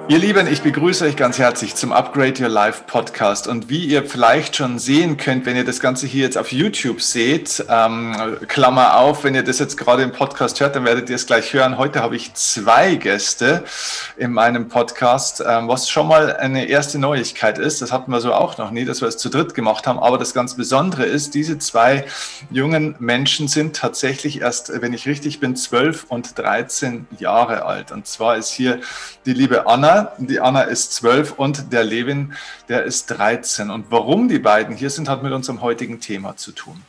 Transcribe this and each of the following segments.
Ihr Lieben, ich begrüße euch ganz herzlich zum Upgrade Your Life Podcast. Und wie ihr vielleicht schon sehen könnt, wenn ihr das Ganze hier jetzt auf YouTube seht, Klammer auf, wenn ihr das jetzt gerade im Podcast hört, dann werdet ihr es gleich hören. Heute habe ich 2 Gäste in meinem Podcast, was schon mal eine erste Neuigkeit ist. Das hatten wir so auch noch nie, dass wir es zu dritt gemacht haben. Aber das ganz Besondere ist, diese 2 jungen Menschen sind tatsächlich erst, wenn ich richtig bin, 12 und 13 Jahre alt. Und zwar ist hier die liebe Anna. Die Anna ist 12 und der Levin, der ist 13. Und warum die beiden hier sind, hat mit unserem heutigen Thema zu tun.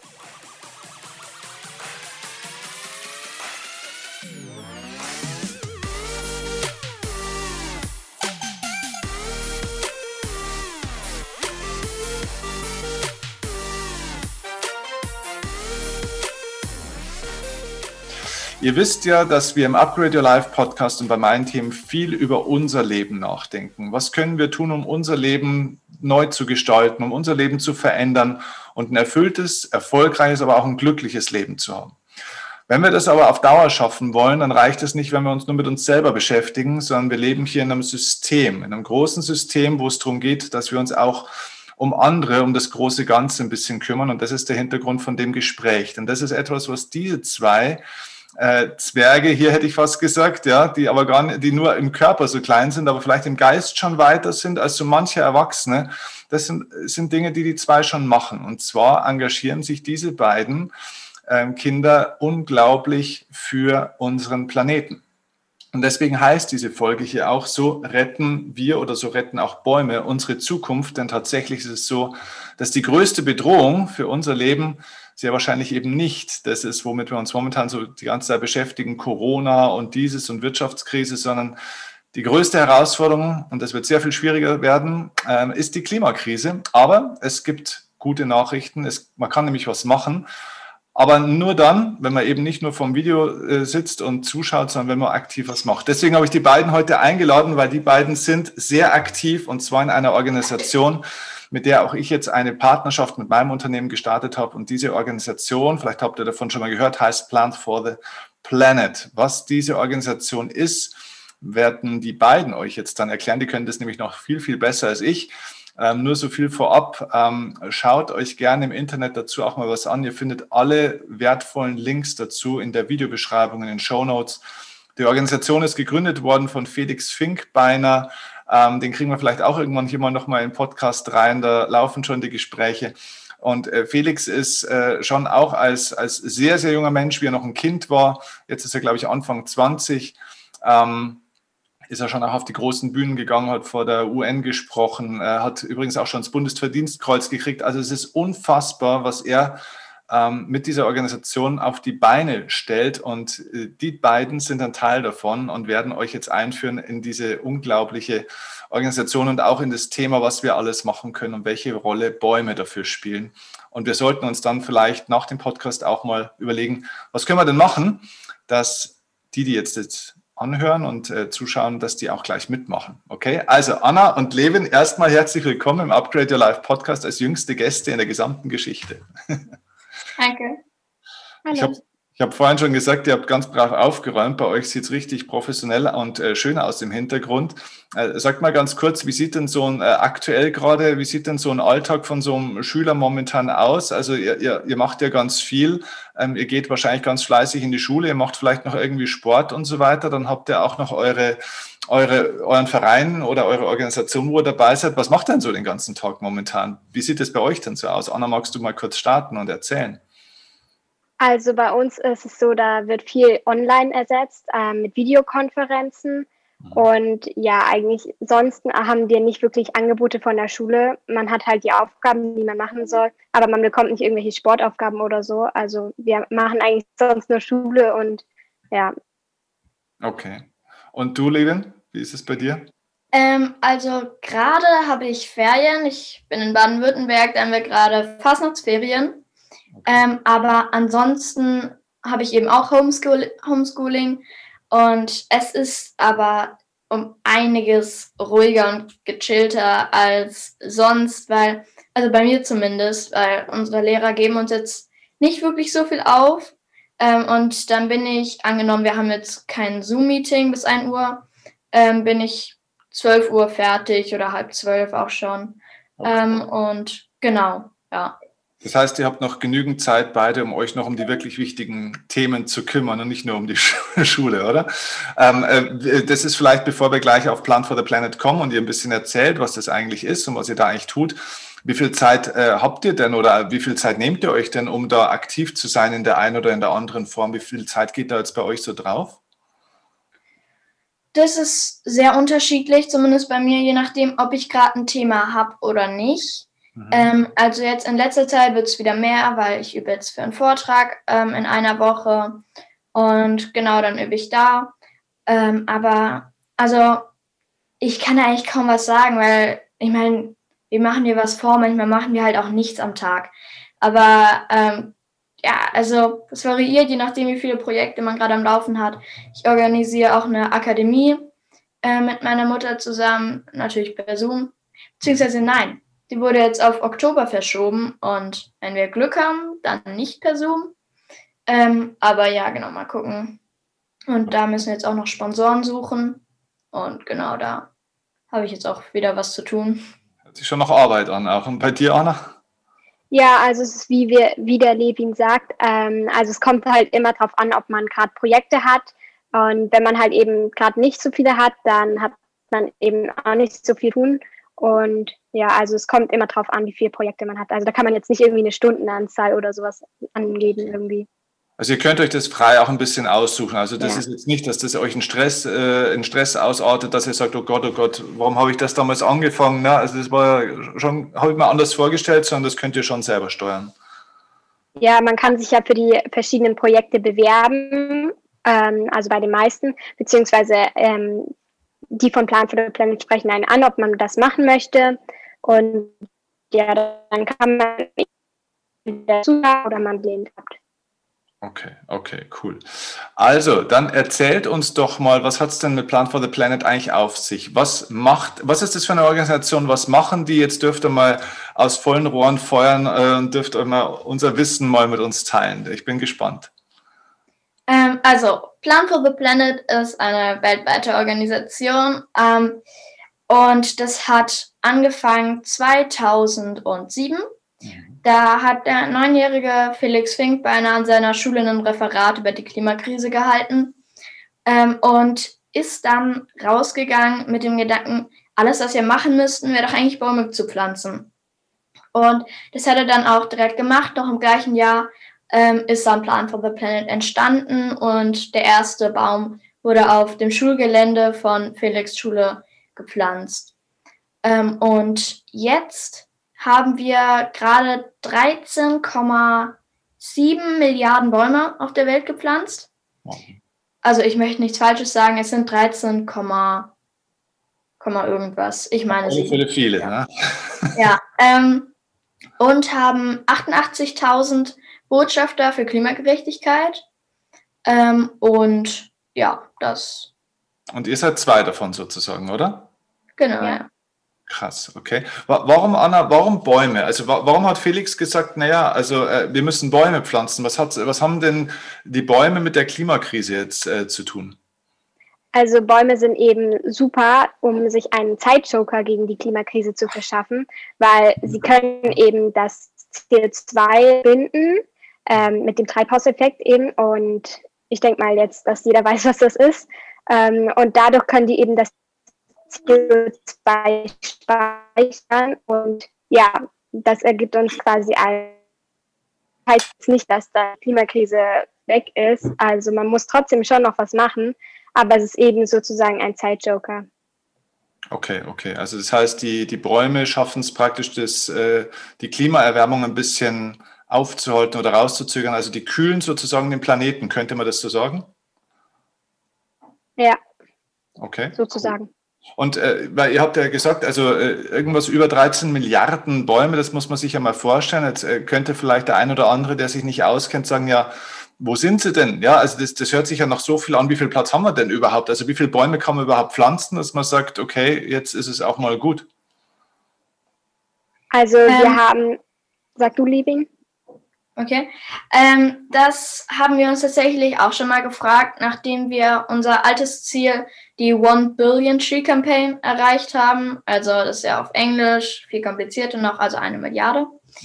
Ihr wisst ja, dass wir im Upgrade Your Life Podcast und bei meinen Themen viel über unser Leben nachdenken. Was können wir tun, um unser Leben neu zu gestalten, um unser Leben zu verändern und ein erfülltes, erfolgreiches, aber auch ein glückliches Leben zu haben? Wenn wir das aber auf Dauer schaffen wollen, dann reicht es nicht, wenn wir uns nur mit uns selber beschäftigen, sondern wir leben hier in einem System, in einem großen System, wo es darum geht, dass wir uns auch um andere, um das große Ganze ein bisschen kümmern. Und das ist der Hintergrund von dem Gespräch. Denn das ist etwas, was diese 2 Zwerge, hier hätte ich fast gesagt, ja, die aber gar nicht, die nur im Körper so klein sind, aber vielleicht im Geist schon weiter sind als so manche Erwachsene. Das sind Dinge, die 2 schon machen. Und zwar engagieren sich diese beiden Kinder unglaublich für unseren Planeten. Und deswegen heißt diese Folge hier auch, so retten wir oder so retten auch Bäume unsere Zukunft. Denn tatsächlich ist es so, dass die größte Bedrohung für unser Leben sehr wahrscheinlich eben nicht das ist, womit wir uns momentan so die ganze Zeit beschäftigen, Corona und dieses und Wirtschaftskrise, sondern die größte Herausforderung, und das wird sehr viel schwieriger werden, ist die Klimakrise. Aber es gibt gute Nachrichten, man kann nämlich was machen. Aber nur dann, wenn man eben nicht nur vom Video sitzt und zuschaut, sondern wenn man aktiv was macht. Deswegen habe ich die beiden heute eingeladen, weil die beiden sind sehr aktiv und zwar in einer Organisation, mit der auch ich jetzt eine Partnerschaft mit meinem Unternehmen gestartet habe. Und diese Organisation, vielleicht habt ihr davon schon mal gehört, heißt Plant for the Planet. Was diese Organisation ist, werden die beiden euch jetzt dann erklären. Die können das nämlich noch viel, viel besser als ich. Nur so viel vorab, schaut euch gerne im Internet dazu auch mal was an. Ihr findet alle wertvollen Links dazu in der Videobeschreibung, in den Shownotes. Die Organisation ist gegründet worden von Felix Finkbeiner. Den kriegen wir vielleicht auch irgendwann hier mal nochmal in den Podcast rein. Da laufen schon die Gespräche. Und Felix ist schon auch als sehr, sehr junger Mensch, wie er noch ein Kind war, jetzt ist er, glaube ich, Anfang 20, ist er schon auch auf die großen Bühnen gegangen, hat vor der UN gesprochen, hat übrigens auch schon das Bundesverdienstkreuz gekriegt. Also es ist unfassbar, was er mit dieser Organisation auf die Beine stellt. Und die beiden sind ein Teil davon und werden euch jetzt einführen in diese unglaubliche Organisation und auch in das Thema, was wir alles machen können und welche Rolle Bäume dafür spielen. Und wir sollten uns dann vielleicht nach dem Podcast auch mal überlegen, was können wir denn machen, dass die jetzt anhören und zuschauen, dass die auch gleich mitmachen. Okay, also Anna und Levin, erstmal herzlich willkommen im Upgrade Your Life Podcast als jüngste Gäste in der gesamten Geschichte. Danke. Hallo. Ich hab vorhin schon gesagt, ihr habt ganz brav aufgeräumt. Bei euch sieht es richtig professionell und schön aus im Hintergrund. Sagt mal ganz kurz, wie sieht denn so ein aktuell gerade, wie sieht denn so ein Alltag von so einem Schüler momentan aus? Also ihr macht ja ganz viel. Ihr geht wahrscheinlich ganz fleißig in die Schule, ihr macht vielleicht noch irgendwie Sport und so weiter. Dann habt ihr auch noch euren Verein oder eure Organisation, wo ihr dabei seid. Was macht denn so den ganzen Tag momentan? Wie sieht es bei euch denn so aus? Anna, magst du mal kurz starten und erzählen? Also bei uns ist es so, da wird viel online ersetzt mit Videokonferenzen. Und ja, eigentlich sonst haben wir nicht wirklich Angebote von der Schule. Man hat halt die Aufgaben, die man machen soll, aber man bekommt nicht irgendwelche Sportaufgaben oder so. Also wir machen eigentlich sonst nur Schule und ja. Okay. Und du, Levin, wie ist es bei dir? Also gerade habe ich Ferien. Ich bin in Baden-Württemberg, da haben wir gerade Fastnachtsferien. Aber ansonsten habe ich eben auch Homeschooling und es ist aber um einiges ruhiger und gechillter als sonst, weil, also bei mir zumindest, weil unsere Lehrer geben uns jetzt nicht wirklich so viel auf. Und dann bin ich, angenommen, wir haben jetzt kein Zoom-Meeting bis 1 Uhr, bin ich 12 Uhr fertig oder 11:30 auch schon. Okay. Und genau, ja. Das heißt, ihr habt noch genügend Zeit beide, um euch noch um die wirklich wichtigen Themen zu kümmern und nicht nur um die Schule, oder? Das ist vielleicht, bevor wir gleich auf Plant for the Planet kommen und ihr ein bisschen erzählt, was das eigentlich ist und was ihr da eigentlich tut. Wie viel Zeit habt ihr denn oder wie viel Zeit nehmt ihr euch denn, um da aktiv zu sein in der einen oder in der anderen Form? Wie viel Zeit geht da jetzt bei euch so drauf? Das ist sehr unterschiedlich, zumindest bei mir, je nachdem, ob ich gerade ein Thema habe oder nicht. Also jetzt in letzter Zeit wird es wieder mehr, weil ich übe jetzt für einen Vortrag in einer Woche und genau, dann übe ich da. Aber also ich kann da eigentlich kaum was sagen, weil ich meine, wir machen dir was vor, manchmal machen wir halt auch nichts am Tag. Aber ja, also es variiert, je nachdem, wie viele Projekte man gerade am Laufen hat. Ich organisiere auch eine Akademie mit meiner Mutter zusammen, natürlich per Zoom. Beziehungsweise nein, die wurde jetzt auf Oktober verschoben und wenn wir Glück haben, dann nicht per Zoom. Aber ja, genau, mal gucken. Und da müssen wir jetzt auch noch Sponsoren suchen. Und genau, da habe ich jetzt auch wieder was zu tun. Hört sich schon noch Arbeit an auch. Und bei dir, Anna? Ja, also es ist wie der Levin sagt, also es kommt halt immer drauf an, ob man gerade Projekte hat. Und wenn man halt eben gerade nicht so viele hat, dann hat man eben auch nicht so viel tun. Und ja, also es kommt immer drauf an, wie viele Projekte man hat. Also da kann man jetzt nicht irgendwie eine Stundenanzahl oder sowas angeben irgendwie. Also ihr könnt euch das frei auch ein bisschen aussuchen. Also das Ja. ist jetzt nicht, dass das euch in Stress ausartet, dass ihr sagt, oh Gott, warum habe ich das damals angefangen? Na, also das war schon, habe ich mir anders vorgestellt, sondern das könnt ihr schon selber steuern. Ja, man kann sich ja für die verschiedenen Projekte bewerben, also bei den meisten, beziehungsweise die von Plan for the Planet sprechen einen an, ob man das machen möchte. Und ja, dann kann man dazu oder man lehnt ab. Okay, cool. Also, dann erzählt uns doch mal, was hat es denn mit Plant for the Planet eigentlich auf sich? Was ist das für eine Organisation? Was machen die? Jetzt dürft ihr mal aus vollen Rohren feuern und dürft ihr mal unser Wissen mal mit uns teilen. Ich bin gespannt. Also, Plant for the Planet ist eine weltweite Organisation und das hat angefangen 2007. Da hat der 9-jährige Felix Fink beinahe an seiner Schule ein Referat über die Klimakrise gehalten und ist dann rausgegangen mit dem Gedanken, alles, was wir machen müssten, wäre doch eigentlich Bäume zu pflanzen. Und das hat er dann auch direkt gemacht, noch im gleichen Jahr ist dann Plant for the Planet entstanden und der erste Baum wurde auf dem Schulgelände von Felix Schule gepflanzt. Und jetzt haben wir gerade 13,7 Milliarden Bäume auf der Welt gepflanzt. Also ich möchte nichts Falsches sagen, es sind 13, irgendwas. Ich meine, viele, ja. Ja, und haben 88.000 Botschafter für Klimagerechtigkeit. Und ja, das. Und ihr seid 2 davon sozusagen, oder? Genau, ja. Krass, okay. Warum, Anna, warum Bäume? Also warum hat Felix gesagt, naja, also wir müssen Bäume pflanzen? Was haben denn die Bäume mit der Klimakrise jetzt zu tun? Also Bäume sind eben super, um sich einen Zeitjoker gegen die Klimakrise zu verschaffen, weil sie können eben das CO2 binden mit dem Treibhauseffekt eben. Und ich denke mal jetzt, dass jeder weiß, was das ist. Und dadurch können die eben das CO2 speichern und ja, das ergibt uns quasi heißt nicht, dass die Klimakrise weg ist. Also man muss trotzdem schon noch was machen, aber es ist eben sozusagen ein Zeitjoker. Okay. Also das heißt, die Bäume schaffen es praktisch, die Klimaerwärmung ein bisschen aufzuhalten oder rauszuzögern. Also die kühlen sozusagen den Planeten. Könnte man das so sagen? Ja. Okay. Sozusagen. Cool. Und weil ihr habt ja gesagt, also irgendwas über 13 Milliarden Bäume, das muss man sich ja mal vorstellen. Jetzt könnte vielleicht der ein oder andere, der sich nicht auskennt, sagen, ja, wo sind sie denn? Ja, also das hört sich ja noch so viel an. Wie viel Platz haben wir denn überhaupt? Also wie viele Bäume kann man überhaupt pflanzen, dass man sagt, okay, jetzt ist es auch mal gut? Also wir haben, sag du, Liebing? Okay. Das haben wir uns tatsächlich auch schon mal gefragt, nachdem wir unser altes Ziel, die 1 Billion Tree Campaign, erreicht haben. Also das ist ja auf Englisch viel komplizierter noch, also 1 Milliarde.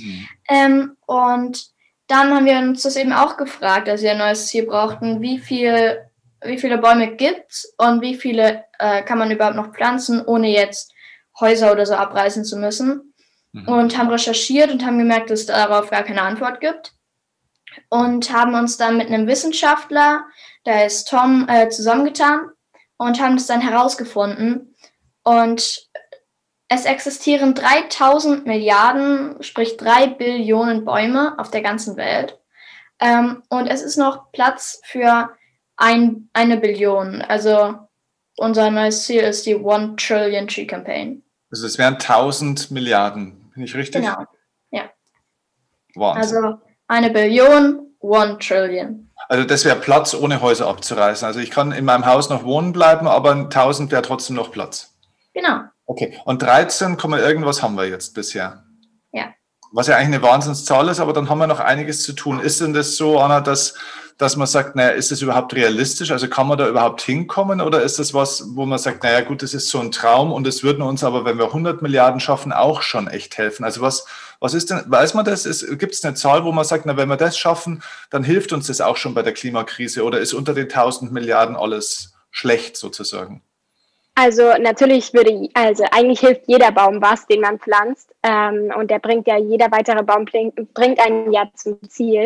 Und dann haben wir uns das eben auch gefragt, als wir ein neues Ziel brauchten, wie viele Bäume gibt's und wie viele kann man überhaupt noch pflanzen, ohne jetzt Häuser oder so abreißen zu müssen. Und haben recherchiert und haben gemerkt, dass es darauf gar keine Antwort gibt. Und haben uns dann mit einem Wissenschaftler, der ist Tom, zusammengetan und haben das dann herausgefunden. Und es existieren 3000 Milliarden, sprich 3 Billionen Bäume auf der ganzen Welt. Und es ist noch Platz für 1 Billion. Also unser neues Ziel ist die 1 Trillion Tree Campaign. Also es wären 1000 Milliarden. Bin ich richtig? Genau, ja. Wahnsinn. Also 1 Billion, 1 Trillion. Also das wäre Platz, ohne Häuser abzureißen. Also ich kann in meinem Haus noch wohnen bleiben, aber 1000 wäre trotzdem noch Platz. Genau. Okay, und 13, irgendwas haben wir jetzt bisher. Ja. Was ja eigentlich eine Wahnsinnszahl ist, aber dann haben wir noch einiges zu tun. Ist denn das so, Anna, dass man sagt, naja, ist das überhaupt realistisch? Also kann man da überhaupt hinkommen? Oder ist das was, wo man sagt, naja gut, das ist so ein Traum und es würden uns aber, wenn wir 100 Milliarden schaffen, auch schon echt helfen? Also was ist denn, weiß man das? Gibt es eine Zahl, wo man sagt, na, wenn wir das schaffen, dann hilft uns das auch schon bei der Klimakrise? Oder ist unter den 1000 Milliarden alles schlecht sozusagen? Also natürlich eigentlich hilft jeder Baum was, den man pflanzt. Und jeder weitere Baum bringt einen ja zum Ziel.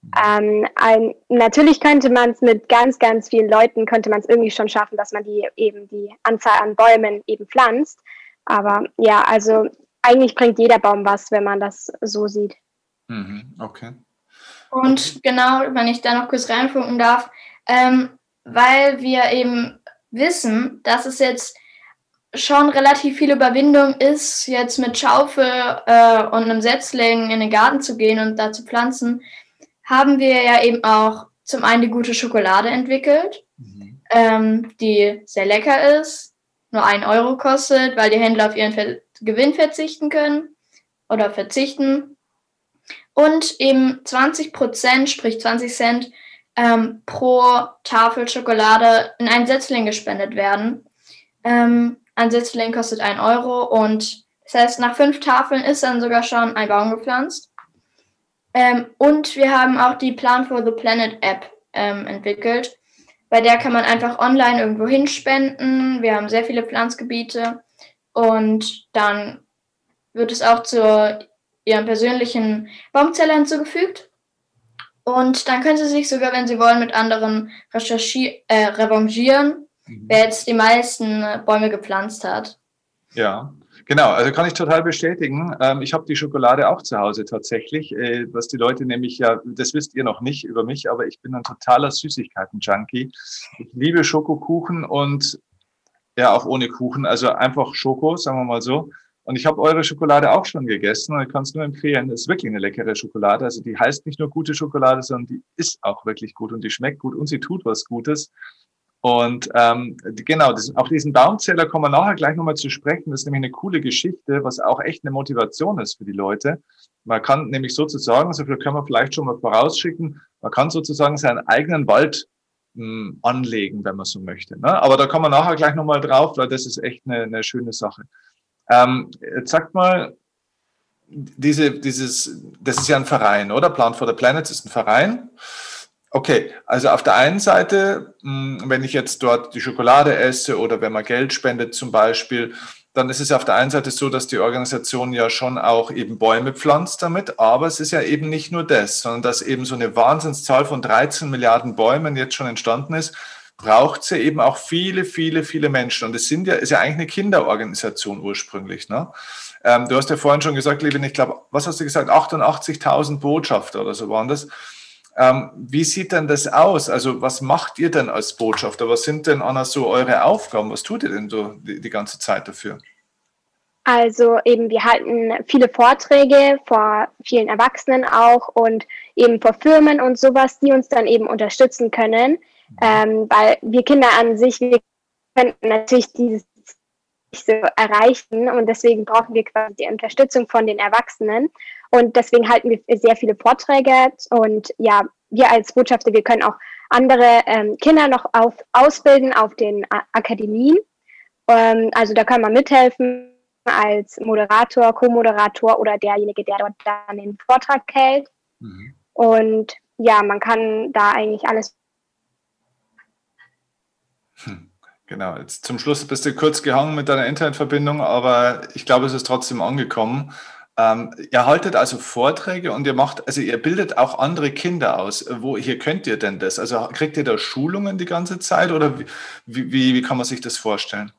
Natürlich könnte man es mit ganz, ganz vielen Leuten, irgendwie schon schaffen, dass man die Anzahl an Bäumen eben pflanzt. Aber ja, also eigentlich bringt jeder Baum was, wenn man das so sieht. Okay. Und genau, wenn ich da noch kurz reinfunken darf, weil wir eben wissen, dass es jetzt schon relativ viel Überwindung ist, jetzt mit Schaufel und einem Setzling in den Garten zu gehen und da zu pflanzen, haben wir ja eben auch zum einen die gute Schokolade entwickelt, die sehr lecker ist, nur 1 Euro kostet, weil die Händler auf ihren Gewinn verzichten können oder verzichten. Und eben 20%, sprich 20 Cent pro Tafel Schokolade in einen Setzling gespendet werden. Ein Setzling kostet 1 Euro und das heißt, nach 5 Tafeln ist dann sogar schon ein Baum gepflanzt. Und wir haben auch die Plant for the Planet App entwickelt. Bei der kann man einfach online irgendwo hinspenden. Wir haben sehr viele Pflanzgebiete und dann wird es auch zu Ihrem persönlichen Baumzeller hinzugefügt. Und dann können Sie sich sogar, wenn Sie wollen, mit anderen revanchieren, wer jetzt die meisten Bäume gepflanzt hat. Ja, genau. Also kann ich total bestätigen. Ich habe die Schokolade auch zu Hause tatsächlich, was die Leute nämlich das wisst ihr noch nicht über mich, aber ich bin ein totaler Süßigkeiten-Junkie. Ich liebe Schokokuchen und ja, auch ohne Kuchen, also einfach Schoko, sagen wir mal so. Und ich habe eure Schokolade auch schon gegessen und ich kann es nur empfehlen. Es ist wirklich eine leckere Schokolade. Also die heißt nicht nur gute Schokolade, sondern die ist auch wirklich gut und die schmeckt gut und sie tut was Gutes. Und genau, auf diesen Baumzähler kommen wir nachher gleich nochmal zu sprechen. Das ist nämlich eine coole Geschichte, was auch echt eine Motivation ist für die Leute. Man kann nämlich sozusagen, so viel können wir vielleicht schon mal vorausschicken, man kann sozusagen seinen eigenen Wald anlegen, wenn man so möchte. Ne? Aber da kommen wir nachher gleich nochmal drauf, weil das ist echt eine schöne Sache. Jetzt sagt mal, das ist ja ein Verein, oder? Plant for the Planet ist ein Verein. Okay, also auf der einen Seite, wenn ich jetzt dort die Schokolade esse oder wenn man Geld spendet zum Beispiel, dann ist es auf der einen Seite so, dass die Organisation ja schon auch eben Bäume pflanzt damit, aber es ist ja eben nicht nur das, sondern dass eben so eine Wahnsinnszahl von 13 Milliarden Bäumen jetzt schon entstanden ist, braucht es ja eben auch viele, viele, viele Menschen. Und es ist ja eigentlich eine Kinderorganisation ursprünglich. Ne? Du hast ja vorhin schon gesagt, Levin, ich glaube, was hast du gesagt, 88.000 Botschafter oder so waren das. Wie sieht denn das aus? Also was macht ihr denn als Botschafter? Was sind denn, Anna, so eure Aufgaben? Was tut ihr denn so die ganze Zeit dafür? Also eben, wir halten viele Vorträge vor vielen Erwachsenen auch und eben vor Firmen und sowas, die uns dann eben unterstützen können, weil wir Kinder an sich, wir könnten natürlich dieses so erreichen und deswegen brauchen wir quasi die Unterstützung von den Erwachsenen und deswegen halten wir sehr viele Vorträge und ja, wir als Botschafter, wir können auch andere Kinder noch ausbilden auf den Akademien. Also da kann man mithelfen als Moderator, Co-Moderator oder derjenige, der dort dann den Vortrag hält. Mhm. Und ja, man kann da eigentlich alles. Genau, jetzt zum Schluss bist du kurz gehangen mit deiner Internetverbindung, aber ich glaube, es ist trotzdem angekommen. Ihr haltet also Vorträge und ihr bildet auch andere Kinder aus. Woher könnt ihr denn das? Also kriegt ihr da Schulungen die ganze Zeit oder wie kann man sich das vorstellen?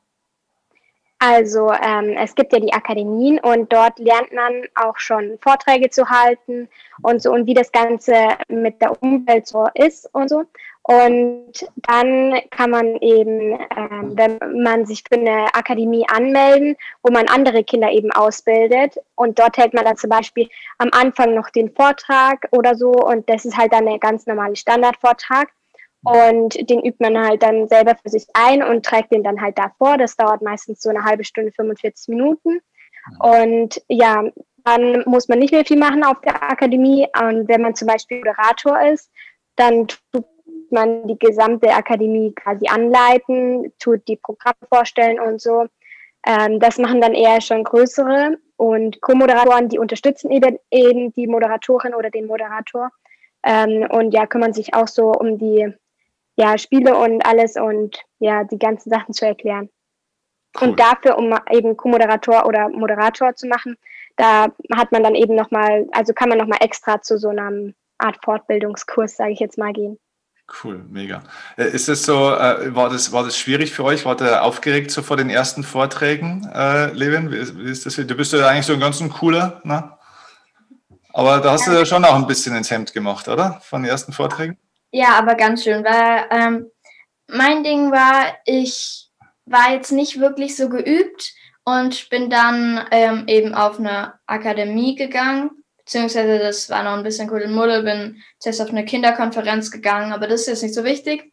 Also es gibt ja die Akademien und dort lernt man auch schon Vorträge zu halten und so und wie das Ganze mit der Umwelt so ist und so. Und dann kann man eben, wenn man sich für eine Akademie anmelden, wo man andere Kinder eben ausbildet und dort hält man dann zum Beispiel am Anfang noch den Vortrag oder so und das ist halt dann der ganz normale Standardvortrag. Und den übt man halt dann selber für sich ein und trägt den dann halt da vor. Das dauert meistens so eine halbe Stunde, 45 Minuten. Und ja, dann muss man nicht mehr viel machen auf der Akademie. Und wenn man zum Beispiel Moderator ist, dann tut man die gesamte Akademie quasi anleiten, tut die Programme vorstellen und so. Das machen dann eher schon größere. Und Co-Moderatoren, die unterstützen eben die Moderatorin oder den Moderator. Und ja, kümmern sich auch so um die Spiele und alles und ja, die ganzen Sachen zu erklären. Cool. Und dafür, um eben Co-Moderator oder Moderator zu machen, da hat man dann eben nochmal, also kann man nochmal extra zu so einer Art Fortbildungskurs, sage ich jetzt mal, gehen. Cool, mega. Ist es so, war das schwierig für euch? Wart ihr aufgeregt so vor den ersten Vorträgen, Levin? Wie ist das? Du bist ja eigentlich so ein ganz cooler, ne? Aber da hast du ja schon auch ein bisschen ins Hemd gemacht, oder? Von den ersten Vorträgen? Ja, aber ganz schön, weil mein Ding war, ich war jetzt nicht wirklich so geübt und bin dann eben auf eine Akademie gegangen, beziehungsweise das war noch ein bisschen Kuddelmuddel, bin zuerst auf eine Kinderkonferenz gegangen, aber das ist jetzt nicht so wichtig.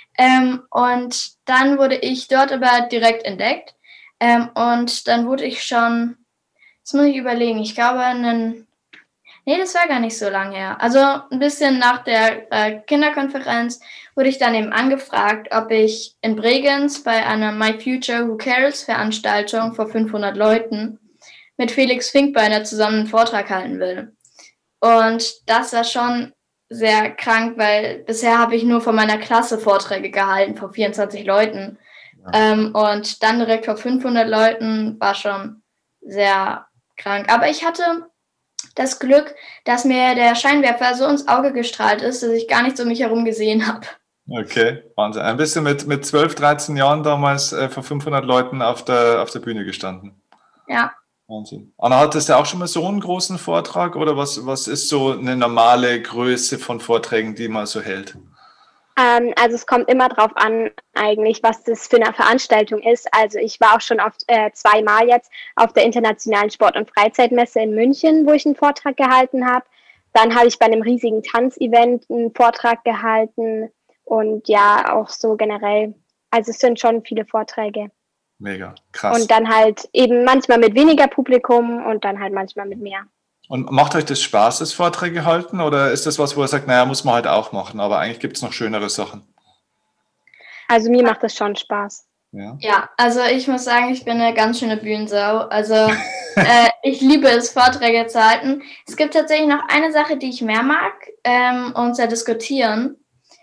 Und dann wurde ich dort aber direkt entdeckt und dann wurde ich schon, jetzt muss ich überlegen, ich glaube Nee, das war gar nicht so lange her. Also ein bisschen nach der Kinderkonferenz wurde ich dann eben angefragt, ob ich in Bregenz bei einer My Future Who Cares Veranstaltung vor 500 Leuten mit Felix Finkbeiner zusammen einen Vortrag halten will. Und das war schon sehr krank, weil bisher habe ich nur von meiner Klasse Vorträge gehalten, vor 24 Leuten. Ja. Und dann direkt vor 500 Leuten war schon sehr krank. Aber ich hatte das Glück, dass mir der Scheinwerfer so ins Auge gestrahlt ist, dass ich gar nichts um mich herum gesehen habe. Okay, Wahnsinn. Ein bisschen mit 12, 13 Jahren damals vor 500 Leuten auf der Bühne gestanden. Ja. Wahnsinn. Anna, hattest du auch schon mal so einen großen Vortrag oder was ist so eine normale Größe von Vorträgen, die man so hält? Also es kommt immer drauf an, eigentlich, was das für eine Veranstaltung ist. Also ich war auch schon zweimal jetzt auf der Internationalen Sport- und Freizeitmesse in München, wo ich einen Vortrag gehalten habe. Dann habe ich bei einem riesigen Tanzevent einen Vortrag gehalten und ja, auch so generell. Also es sind schon viele Vorträge. Mega, krass. Und dann halt eben manchmal mit weniger Publikum und dann halt manchmal mit mehr. Und macht euch das Spaß, das Vorträge halten? Oder ist das was, wo ihr sagt, naja, muss man halt auch machen, aber eigentlich gibt es noch schönere Sachen? Also mir macht das schon Spaß. Ja, also ich muss sagen, ich bin eine ganz schöne Bühnensau. Also ich liebe es, Vorträge zu halten. Es gibt tatsächlich noch eine Sache, die ich mehr mag, und zwar diskutieren.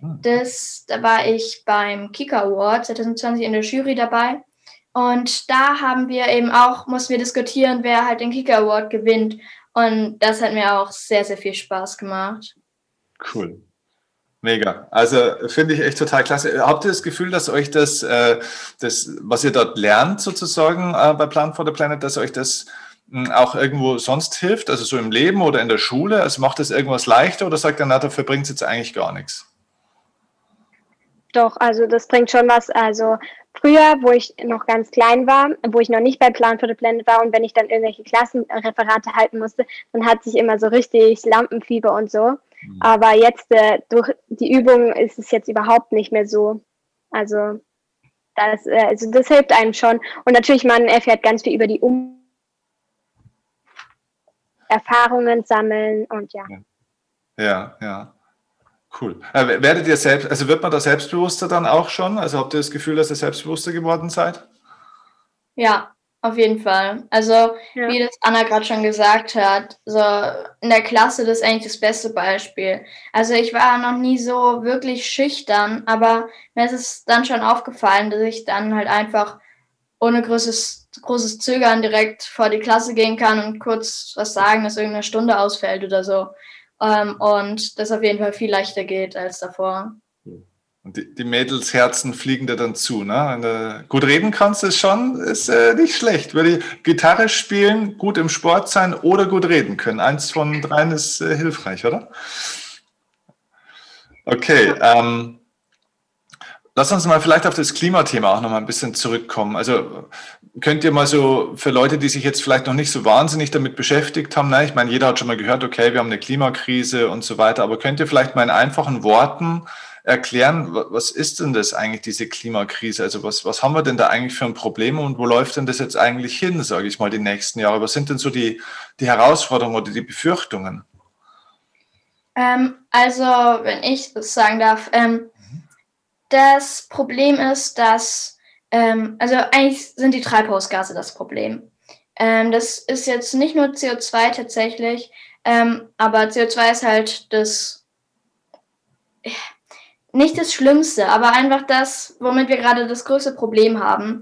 Da war ich beim Kika Award 2020 in der Jury dabei. Und da mussten wir diskutieren, wer halt den Kika Award gewinnt. Und das hat mir auch sehr, sehr viel Spaß gemacht. Cool. Mega. Also finde ich echt total klasse. Habt ihr das Gefühl, dass euch das was ihr dort lernt sozusagen bei Plan for the Planet, dass euch das auch irgendwo sonst hilft, also so im Leben oder in der Schule? Also macht das irgendwas leichter oder sagt ihr, na, dafür bringt es jetzt eigentlich gar nichts? Doch, also das bringt schon was. Also früher, wo ich noch ganz klein war, wo ich noch nicht bei Plan for the Planet war und wenn ich dann irgendwelche Klassenreferate halten musste, dann hatte ich immer so richtig Lampenfieber und so. Aber jetzt durch die Übung ist es jetzt überhaupt nicht mehr so. Also Also das hilft einem schon. Und natürlich, man erfährt ganz viel über die Erfahrungen sammeln und ja. Ja. Cool. Werdet ihr selbst, also wird man da selbstbewusster dann auch schon? Also habt ihr das Gefühl, dass ihr selbstbewusster geworden seid? Ja, auf jeden Fall. Also, Ja. wie das Anna gerade schon gesagt hat, so in der Klasse, das ist eigentlich das beste Beispiel. Also ich war noch nie so wirklich schüchtern, aber mir ist es dann schon aufgefallen, dass ich dann halt einfach ohne großes Zögern direkt vor die Klasse gehen kann und kurz was sagen, dass irgendeine Stunde ausfällt oder so. Und das auf jeden Fall viel leichter geht als davor. Und die Mädelsherzen fliegen dir dann zu, ne? Wenn du gut reden kannst, ist nicht schlecht. Würde Gitarre spielen, gut im Sport sein oder gut reden können. Eins von dreien ist hilfreich, oder? Okay, lass uns mal vielleicht auf das Klimathema auch noch mal ein bisschen zurückkommen. Also könnt ihr mal so für Leute, die sich jetzt vielleicht noch nicht so wahnsinnig damit beschäftigt haben, ne? Ich meine, jeder hat schon mal gehört, okay, wir haben eine Klimakrise und so weiter, aber könnt ihr vielleicht mal in einfachen Worten erklären, was ist denn das eigentlich, diese Klimakrise? Also was haben wir denn da eigentlich für ein Problem und wo läuft denn das jetzt eigentlich hin, sage ich mal, die nächsten Jahre? Was sind denn so die Herausforderungen oder die Befürchtungen? Also, wenn ich das sagen darf, das Problem ist, dass, also eigentlich sind die Treibhausgase das Problem. Das ist jetzt nicht nur CO2 tatsächlich, aber CO2 ist halt nicht das Schlimmste, aber einfach das, womit wir gerade das größte Problem haben.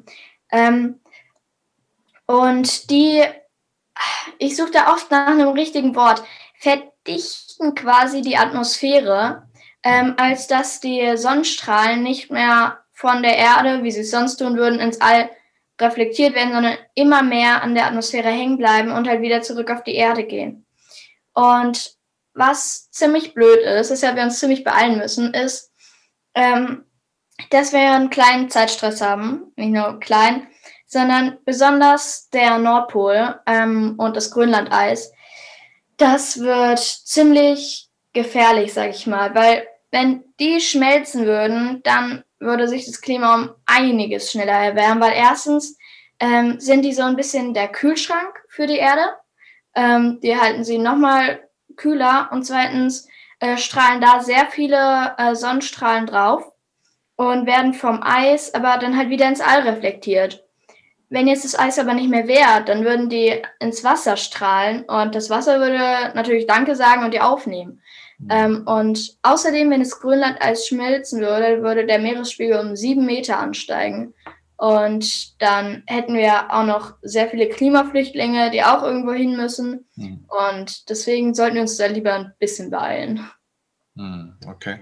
Und ich suche da oft nach einem richtigen Wort, verdichten quasi die Atmosphäre, als dass die Sonnenstrahlen nicht mehr von der Erde, wie sie es sonst tun würden, ins All reflektiert werden, sondern immer mehr an der Atmosphäre hängen bleiben und halt wieder zurück auf die Erde gehen. Und was ziemlich blöd ist, weshalb wir uns ziemlich beeilen müssen, ist, dass wir einen kleinen Zeitstress haben, nicht nur klein, sondern besonders der Nordpol und das Grönlandeis. Das wird ziemlich gefährlich, sag ich mal, weil wenn die schmelzen würden, dann würde sich das Klima um einiges schneller erwärmen, weil erstens sind die so ein bisschen der Kühlschrank für die Erde. Die halten sie nochmal kühler und zweitens strahlen da sehr viele Sonnenstrahlen drauf und werden vom Eis aber dann halt wieder ins All reflektiert. Wenn jetzt das Eis aber nicht mehr wäre, dann würden die ins Wasser strahlen und das Wasser würde natürlich Danke sagen und die aufnehmen. Und außerdem, wenn das Grönlandeis schmelzen würde, würde der Meeresspiegel um 7 Meter ansteigen. Und dann hätten wir auch noch sehr viele Klimaflüchtlinge, die auch irgendwo hin müssen. Und deswegen sollten wir uns da lieber ein bisschen beeilen. Okay.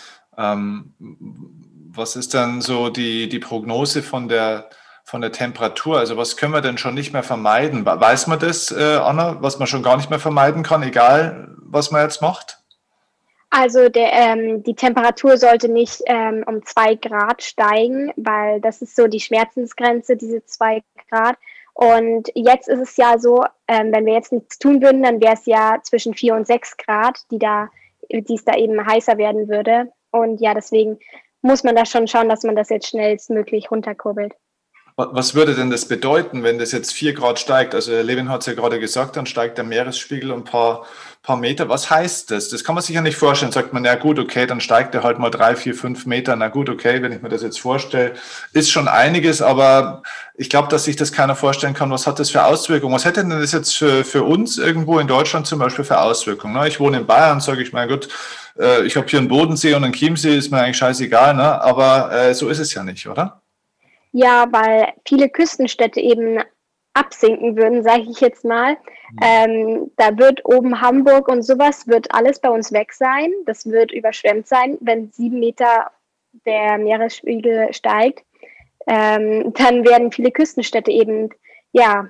Was ist dann so die Prognose von der Temperatur? Also was können wir denn schon nicht mehr vermeiden? Weiß man das, Anna, was man schon gar nicht mehr vermeiden kann, egal was man jetzt macht? Also die Temperatur sollte nicht um 2 Grad steigen, weil das ist so die Schmerzensgrenze, diese 2 Grad. Und jetzt ist es ja so, wenn wir jetzt nichts tun würden, dann wäre es ja zwischen 4 und 6 Grad, die es da eben heißer werden würde. Und ja, deswegen muss man da schon schauen, dass man das jetzt schnellstmöglich runterkurbelt. Was würde denn das bedeuten, wenn das jetzt 4 Grad steigt? Also Herr Levin hat es ja gerade gesagt, dann steigt der Meeresspiegel um ein paar Meter. Was heißt das? Das kann man sich ja nicht vorstellen. Sagt man, ja gut, okay, dann steigt er halt mal 3, 4, 5 Meter. Na gut, okay, wenn ich mir das jetzt vorstelle, ist schon einiges, aber ich glaube, dass sich das keiner vorstellen kann. Was hat das für Auswirkungen? Was hätte denn das jetzt für uns irgendwo in Deutschland zum Beispiel für Auswirkungen? Ich wohne in Bayern, sage ich, mein Gott, ich habe hier einen Bodensee und einen Chiemsee, ist mir eigentlich scheißegal, ne? Aber so ist es ja nicht, oder? Ja, weil viele Küstenstädte eben absinken würden, sage ich jetzt mal. Da wird oben Hamburg und sowas, wird alles bei uns weg sein. Das wird überschwemmt sein, wenn 7 Meter der Meeresspiegel steigt. Dann werden viele Küstenstädte eben, ja,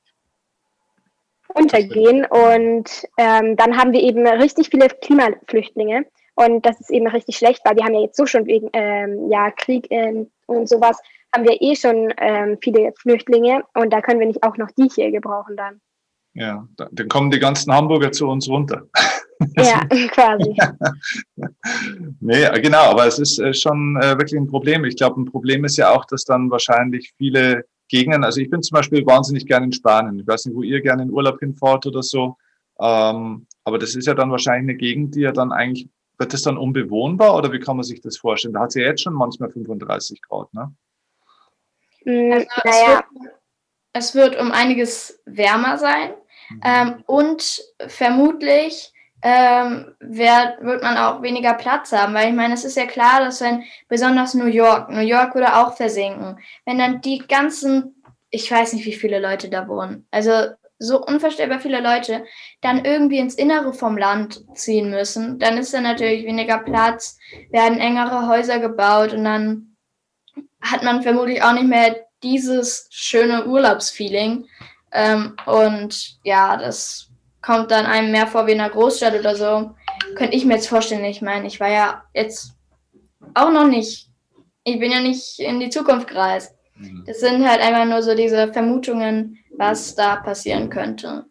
untergehen. Und dann haben wir eben richtig viele Klimaflüchtlinge. Und das ist eben richtig schlecht, weil wir haben ja jetzt so schon wegen Krieg und sowas, haben wir schon viele Flüchtlinge und da können wir nicht auch noch die hier gebrauchen dann. Ja, dann kommen die ganzen Hamburger zu uns runter. Ja, quasi. Nee, genau, aber es ist schon wirklich ein Problem. Ich glaube, ein Problem ist ja auch, dass dann wahrscheinlich viele Gegenden, also ich bin zum Beispiel wahnsinnig gerne in Spanien. Ich weiß nicht, wo ihr gerne in Urlaub hinfahrt oder so. Aber das ist ja dann wahrscheinlich eine Gegend, die ja dann eigentlich, wird das dann unbewohnbar oder wie kann man sich das vorstellen? Da hat es ja jetzt schon manchmal 35 Grad, ne? Also Naja, es wird um einiges wärmer sein und vermutlich wird man auch weniger Platz haben, weil ich meine, es ist ja klar, dass wenn besonders New York würde auch versinken, wenn dann die ganzen, ich weiß nicht, wie viele Leute da wohnen, also so unvorstellbar viele Leute, dann irgendwie ins Innere vom Land ziehen müssen, dann ist da natürlich weniger Platz, werden engere Häuser gebaut und dann hat man vermutlich auch nicht mehr dieses schöne Urlaubsfeeling. Und ja, das kommt dann einem mehr vor wie in einer Großstadt oder so. Könnte ich mir jetzt vorstellen. Ich meine, ich war ja jetzt auch noch nicht, ich bin ja nicht in die Zukunft gereist. Das sind halt einfach nur so diese Vermutungen, was da passieren könnte.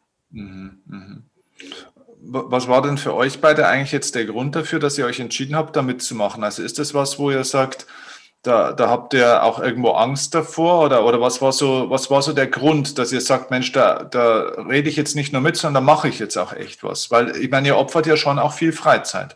Was war denn für euch beide eigentlich jetzt der Grund dafür, dass ihr euch entschieden habt, da mitzumachen? Also ist das was, wo ihr sagt, da habt ihr auch irgendwo Angst davor oder was war so der Grund, dass ihr sagt, Mensch, da rede ich jetzt nicht nur mit, sondern da mache ich jetzt auch echt was? Weil ich meine, ihr opfert ja schon auch viel Freizeit.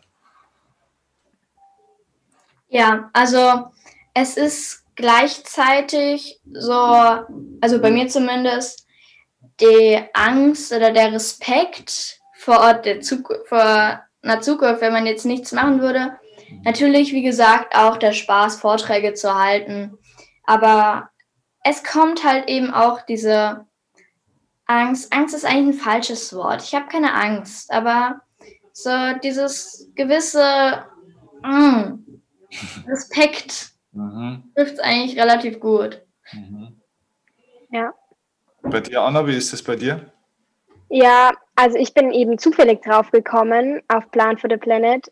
Ja, also es ist gleichzeitig so, also bei mir zumindest, die Angst oder der Respekt vor einer Zukunft, wenn man jetzt nichts machen würde. Natürlich, wie gesagt, auch der Spaß, Vorträge zu halten. Aber es kommt halt eben auch diese Angst. Angst ist eigentlich ein falsches Wort. Ich habe keine Angst, aber so dieses gewisse Respekt trifft es eigentlich relativ gut. ja. Bei dir, Anna, wie ist das bei dir? Ja, also ich bin eben zufällig drauf gekommen auf Plan for the Planet.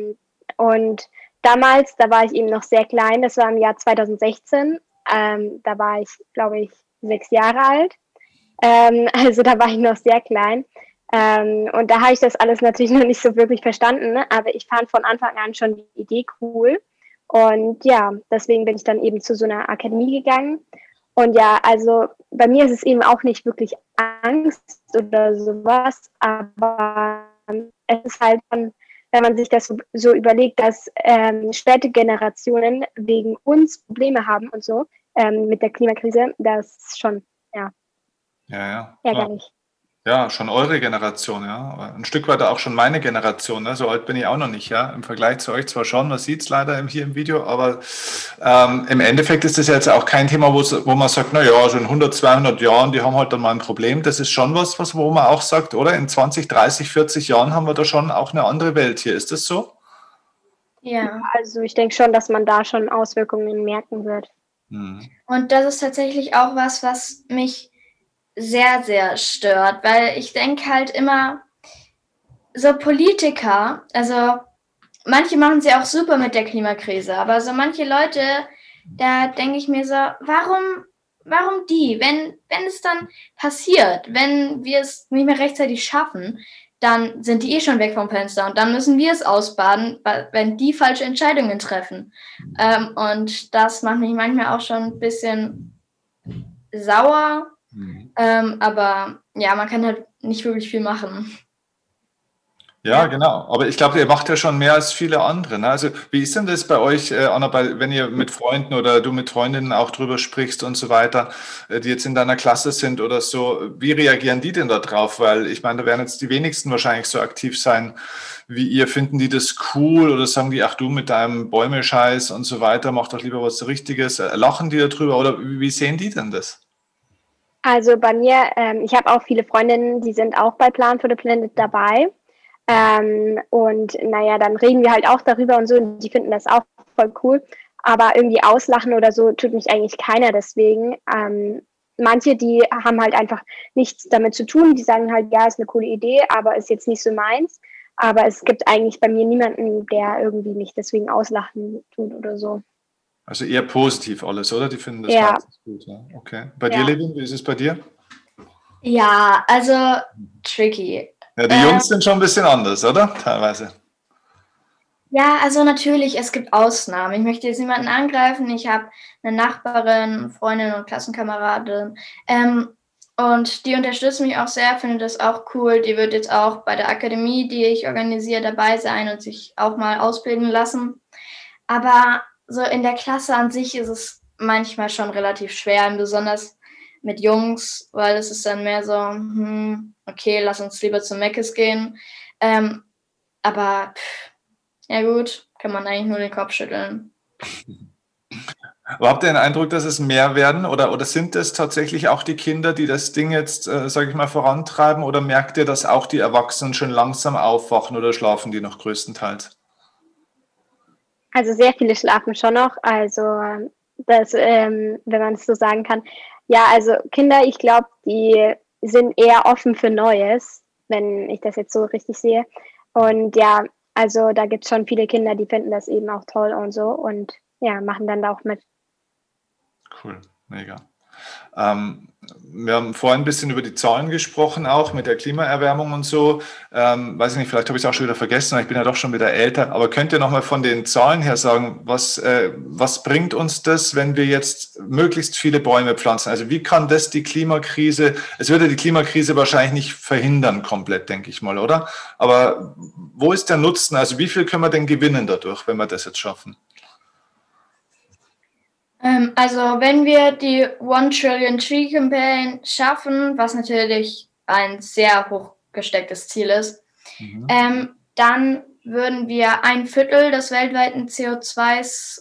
Und damals, da war ich eben noch sehr klein, das war im Jahr 2016. Da war ich, glaube ich, 6 Jahre alt. Also da war ich noch sehr klein. Und da habe ich das alles natürlich noch nicht so wirklich verstanden, ne? Aber ich fand von Anfang an schon die Idee cool. Und ja, deswegen bin ich dann eben zu so einer Akademie gegangen. Und ja, also bei mir ist es eben auch nicht wirklich Angst oder sowas, aber es ist halt, wenn man sich das so überlegt, dass späte Generationen wegen uns Probleme haben und so mit der Klimakrise, das ist schon, ja, Ja, klar. ärgerlich. Ja, schon eure Generation, ja. Ein Stück weit auch schon meine Generation, ne? So alt bin ich auch noch nicht, ja. Im Vergleich zu euch zwar schon, man sieht es leider hier im Video, aber im Endeffekt ist das ja jetzt auch kein Thema, wo man sagt, na ja, so in 100, 200 Jahren, die haben halt dann mal ein Problem. Das ist schon was, wo man auch sagt, oder? In 20, 30, 40 Jahren haben wir da schon auch eine andere Welt hier. Ist das so? Ja. Also ich denke schon, dass man da schon Auswirkungen merken wird. Und das ist tatsächlich auch was mich sehr, sehr stört, weil ich denke halt immer, so Politiker, also manche machen sie auch super mit der Klimakrise, aber so manche Leute, da denke ich mir so, warum die? Wenn es dann passiert, wenn wir es nicht mehr rechtzeitig schaffen, dann sind die schon weg vom Fenster und dann müssen wir es ausbaden, wenn die falsche Entscheidungen treffen. Und das macht mich manchmal auch schon ein bisschen sauer. Aber ja, man kann halt nicht wirklich viel machen. Ja, genau. Aber ich glaube, ihr macht ja schon mehr als viele andere. Ne? Also wie ist denn das bei euch, Anna, wenn ihr mit Freunden oder du mit Freundinnen auch drüber sprichst und so weiter, die jetzt in deiner Klasse sind oder so, wie reagieren die denn da drauf? Weil ich meine, da werden jetzt die wenigsten wahrscheinlich so aktiv sein wie ihr. Finden die das cool oder sagen die, ach du mit deinem Bäume-Scheiß und so weiter, mach doch lieber was Richtiges? Lachen die darüber oder wie sehen die denn das? Also bei mir, ich habe auch viele Freundinnen, die sind auch bei Plan for the Planet dabei. Und naja, dann reden wir halt auch darüber und so, und die finden das auch voll cool. Aber irgendwie auslachen oder so tut mich eigentlich keiner deswegen. Manche, die haben halt einfach nichts damit zu tun, die sagen halt, ja, ist eine coole Idee, aber ist jetzt nicht so meins. Aber es gibt eigentlich bei mir niemanden, der irgendwie mich deswegen auslachen tut oder so. Also eher positiv alles, oder? Die finden das Ja. meistens gut. Ja? Okay. Bei dir, Ja. Levin, wie ist es bei dir? Ja, also tricky. Ja, die Jungs sind schon ein bisschen anders, oder? Teilweise. Ja, also natürlich, es gibt Ausnahmen. Ich möchte jetzt niemanden angreifen. Ich habe eine Nachbarin, Freundin und Klassenkameradin. Und die unterstützt mich auch sehr, finde das auch cool. Die wird jetzt auch bei der Akademie, die ich organisiere, dabei sein und sich auch mal ausbilden lassen. Aber so in der Klasse an sich ist es manchmal schon relativ schwer, besonders mit Jungs, weil es ist dann mehr so, okay, lass uns lieber zu Meckes gehen. Aber ja gut, kann man eigentlich nur den Kopf schütteln. Aber habt ihr den Eindruck, dass es mehr werden oder sind es tatsächlich auch die Kinder, die das Ding jetzt, sage ich mal, vorantreiben oder merkt ihr, dass auch die Erwachsenen schon langsam aufwachen oder schlafen die noch größtenteils? Also sehr viele schlafen schon noch, also das, wenn man es so sagen kann. Ja, also Kinder, ich glaube, die sind eher offen für Neues, wenn ich das jetzt so richtig sehe. Und ja, also da gibt es schon viele Kinder, die finden das eben auch toll und so und ja, machen dann da auch mit. Cool, mega. Wir haben vorhin ein bisschen über die Zahlen gesprochen, auch mit der Klimaerwärmung und so. Weiß ich nicht, vielleicht habe ich es auch schon wieder vergessen, ich bin ja doch schon wieder älter. Aber könnt ihr nochmal von den Zahlen her sagen, was bringt uns das, wenn wir jetzt möglichst viele Bäume pflanzen? Also wie kann das die Klimakrise, es würde die Klimakrise wahrscheinlich nicht verhindern komplett, denke ich mal, oder? Aber wo ist der Nutzen? Also wie viel können wir denn gewinnen dadurch, wenn wir das jetzt schaffen? Also wenn wir die One Trillion Tree Campaign schaffen, was natürlich ein sehr hoch gestecktes Ziel ist, dann würden wir 1/4 des weltweiten CO2s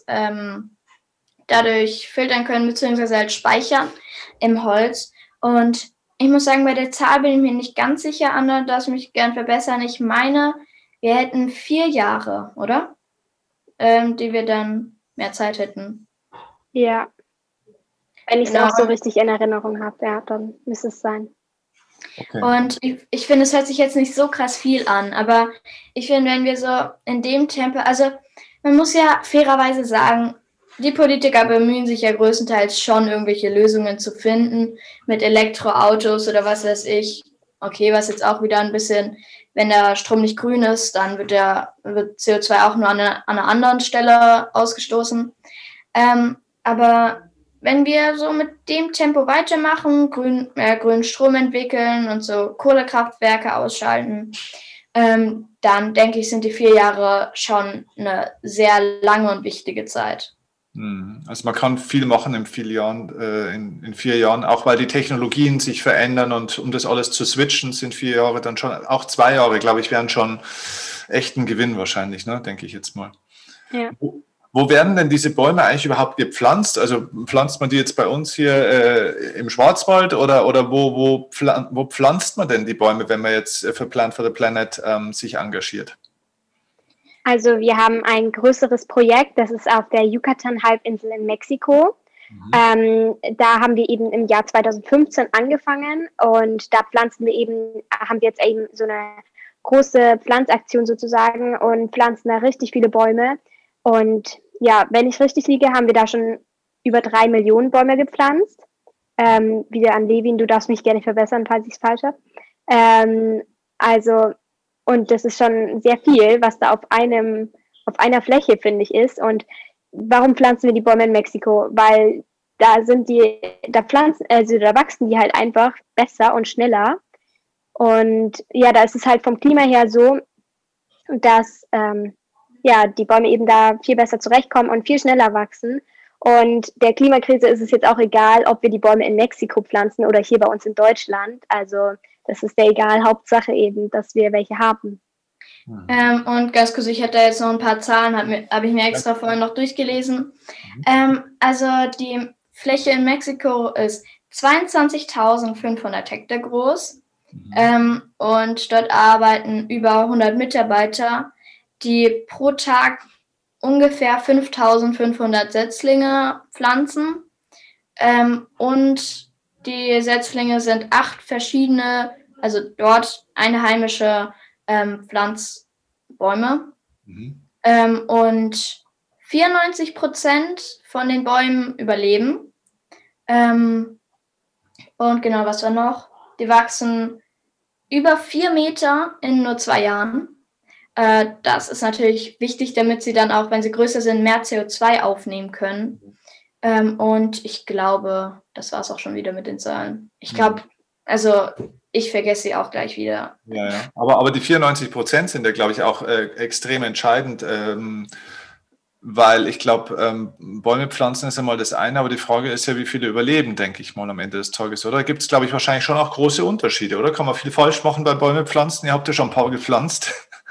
dadurch filtern können, beziehungsweise halt speichern im Holz. Und ich muss sagen, bei der Zahl bin ich mir nicht ganz sicher, Anna, darfst mich gern verbessern. Ich meine, wir hätten 4 Jahre, oder? Die wir dann mehr Zeit hätten. Ja, wenn ich es Genau. auch so richtig in Erinnerung habe, ja, dann müsste es sein. Okay. Und ich finde, es hört sich jetzt nicht so krass viel an, aber ich finde, wenn wir so in dem Tempo, also man muss ja fairerweise sagen, die Politiker bemühen sich ja größtenteils schon, irgendwelche Lösungen zu finden mit Elektroautos oder was weiß ich. Okay, was jetzt auch wieder ein bisschen, wenn der Strom nicht grün ist, dann wird CO2 auch nur an einer anderen Stelle ausgestoßen. Aber wenn wir so mit dem Tempo weitermachen, grünen Strom entwickeln und so Kohlekraftwerke ausschalten, dann denke ich, sind die 4 Jahre schon eine sehr lange und wichtige Zeit. Also man kann viel machen in 4 Jahren, in 4 Jahren, auch weil die Technologien sich verändern und um das alles zu switchen, sind 4 Jahre dann schon, auch 2 Jahre, glaube ich, wären schon echt ein Gewinn wahrscheinlich, ne, denke ich jetzt mal. Ja. Wo werden denn diese Bäume eigentlich überhaupt gepflanzt? Also pflanzt man die jetzt bei uns hier im Schwarzwald oder wo pflanzt man denn die Bäume, wenn man jetzt für Plant for the Planet sich engagiert? Also wir haben ein größeres Projekt, das ist auf der Yucatan-Halbinsel in Mexiko. Da haben wir eben im Jahr 2015 angefangen und da haben wir jetzt eben so eine große Pflanzaktion sozusagen und pflanzen da richtig viele Bäume. Und ja, wenn ich richtig liege, haben wir da schon über 3 Millionen Bäume gepflanzt. Wieder an Levin, du darfst mich gerne verbessern, falls ich es falsch habe. Und das ist schon sehr viel, was da auf einer Fläche, finde ich, ist. Und warum pflanzen wir die Bäume in Mexiko? Weil da wachsen die halt einfach besser und schneller. Und ja, da ist es halt vom Klima her so, dass die Bäume eben da viel besser zurechtkommen und viel schneller wachsen. Und der Klimakrise ist es jetzt auch egal, ob wir die Bäume in Mexiko pflanzen oder hier bei uns in Deutschland. Also das ist der egal, Hauptsache eben, dass wir welche haben. Und ganz kurz, ich hätte jetzt noch ein paar Zahlen, habe ich mir extra vorhin noch durchgelesen. Also die Fläche in Mexiko ist 22.500 Hektar groß. Und dort arbeiten über 100 Mitarbeiter, die pro Tag ungefähr 5.500 Setzlinge pflanzen. Und die Setzlinge sind 8 verschiedene, also dort eine heimische Pflanzbäume. Und 94% von den Bäumen überleben. Und genau, was war noch? Die wachsen über 4 Meter in nur 2 Jahren. Das ist natürlich wichtig, damit sie dann auch, wenn sie größer sind, mehr CO2 aufnehmen können. Und ich glaube, das war es auch schon wieder mit den Zahlen. Ich glaube, also ich vergesse sie auch gleich wieder. Ja. Aber die 94% sind ja, glaube ich, auch extrem entscheidend, weil ich glaube, Bäume pflanzen ist einmal das eine, aber die Frage ist ja, wie viele überleben, denke ich mal, am Ende des Tages, oder? Gibt es, glaube ich, wahrscheinlich schon auch große Unterschiede, oder? Kann man viel falsch machen bei Bäume pflanzen? Ihr habt ja schon ein paar gepflanzt.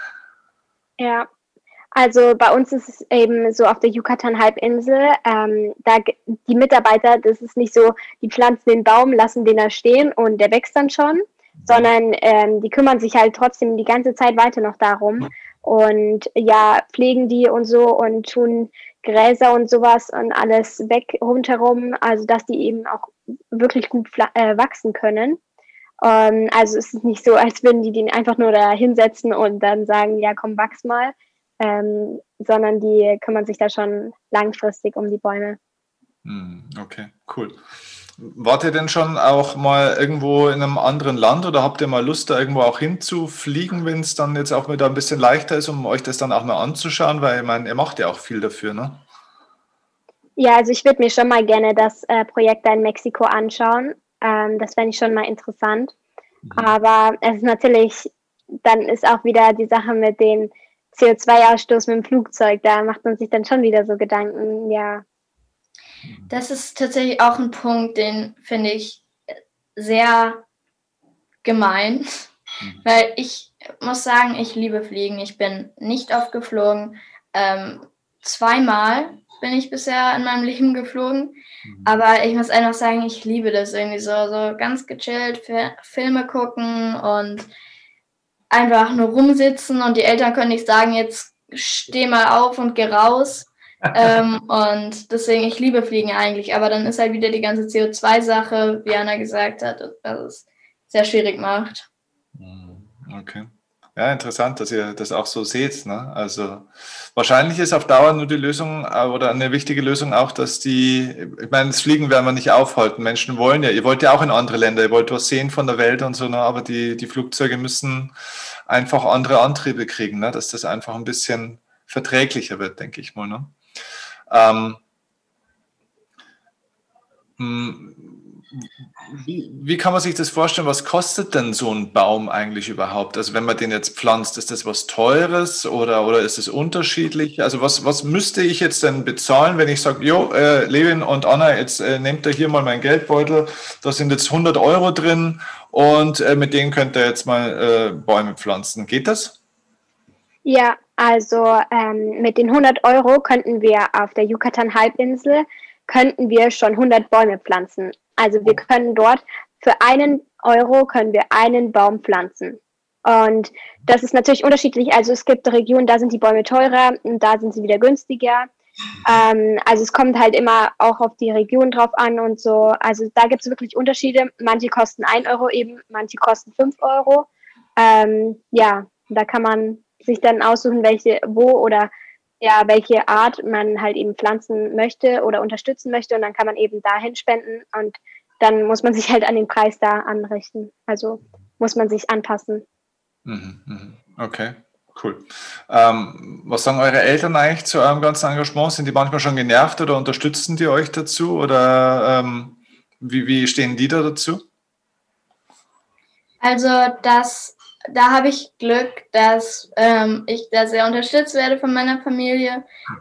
Ja, also bei uns ist es eben so auf der Yucatan-Halbinsel, die Mitarbeiter, das ist nicht so, die pflanzen den Baum, lassen den da stehen und der wächst dann schon, sondern die kümmern sich halt trotzdem die ganze Zeit weiter noch darum und ja, pflegen die und so und tun Gräser und sowas und alles weg rundherum, also dass die eben auch wirklich gut wachsen können. Also es ist nicht so, als würden die den einfach nur da hinsetzen und dann sagen, ja komm, wachs mal, sondern die kümmern sich da schon langfristig um die Bäume. Okay, cool. Wart ihr denn schon auch mal irgendwo in einem anderen Land oder habt ihr mal Lust, da irgendwo auch hinzufliegen, wenn es dann jetzt auch wieder ein bisschen leichter ist, um euch das dann auch mal anzuschauen? Weil ich meine, ihr macht ja auch viel dafür, ne? Ja, also ich würde mir schon mal gerne das Projekt da in Mexiko anschauen. Das fände ich schon mal interessant. Aber es ist natürlich, dann ist auch wieder die Sache mit dem CO2-Ausstoß mit dem Flugzeug. Da macht man sich dann schon wieder so Gedanken, ja. Das ist tatsächlich auch ein Punkt, den finde ich sehr gemein, weil ich muss sagen, ich liebe Fliegen. Ich bin nicht oft geflogen. 2-mal bin ich bisher in meinem Leben geflogen. Aber ich muss einfach sagen, ich liebe das irgendwie so ganz gechillt, Filme gucken und einfach nur rumsitzen und die Eltern können nicht sagen, jetzt steh mal auf und geh raus. Und deswegen, ich liebe Fliegen eigentlich, aber dann ist halt wieder die ganze CO2-Sache, wie Anna gesagt hat, dass es sehr schwierig macht. Okay. Ja, interessant, dass ihr das auch so seht, ne? Also wahrscheinlich ist auf Dauer nur die Lösung oder eine wichtige Lösung auch, dass ich meine, das Fliegen werden wir nicht aufhalten. Menschen wollen ja, ihr wollt ja auch in andere Länder, ihr wollt was sehen von der Welt und so, ne? Aber die Flugzeuge müssen einfach andere Antriebe kriegen, ne? Dass das einfach ein bisschen verträglicher wird, denke ich mal, ne? Ähm, Wie kann man sich das vorstellen? Was kostet denn so ein Baum eigentlich überhaupt? Also wenn man den jetzt pflanzt, ist das was Teures oder ist es unterschiedlich? Also was müsste ich jetzt denn bezahlen, wenn ich sage, jo, Levin und Anna, jetzt nehmt ihr hier mal meinen Geldbeutel, da sind jetzt 100 Euro drin und mit denen könnt ihr jetzt mal Bäume pflanzen. Geht das? Ja, also mit den 100 Euro könnten wir auf der Yucatan-Halbinsel schon 100 Bäume pflanzen. Also wir können dort für 1 Euro können wir einen Baum pflanzen. Und das ist natürlich unterschiedlich. Also es gibt Regionen, da sind die Bäume teurer und da sind sie wieder günstiger. Also es kommt halt immer auch auf die Region drauf an und so. Also da gibt es wirklich Unterschiede. Manche kosten 1 Euro eben, manche kosten 5 Euro. Ja, da kann man sich dann aussuchen, welche Art man halt eben pflanzen möchte oder unterstützen möchte und dann kann man eben dahin spenden und dann muss man sich halt an den Preis da anrichten. Also muss man sich anpassen. Okay, cool. Was sagen eure Eltern eigentlich zu eurem ganzen Engagement? Sind die manchmal schon genervt oder unterstützen die euch dazu oder wie stehen die da dazu? Also da habe ich Glück, dass ich da sehr unterstützt werde von meiner Familie.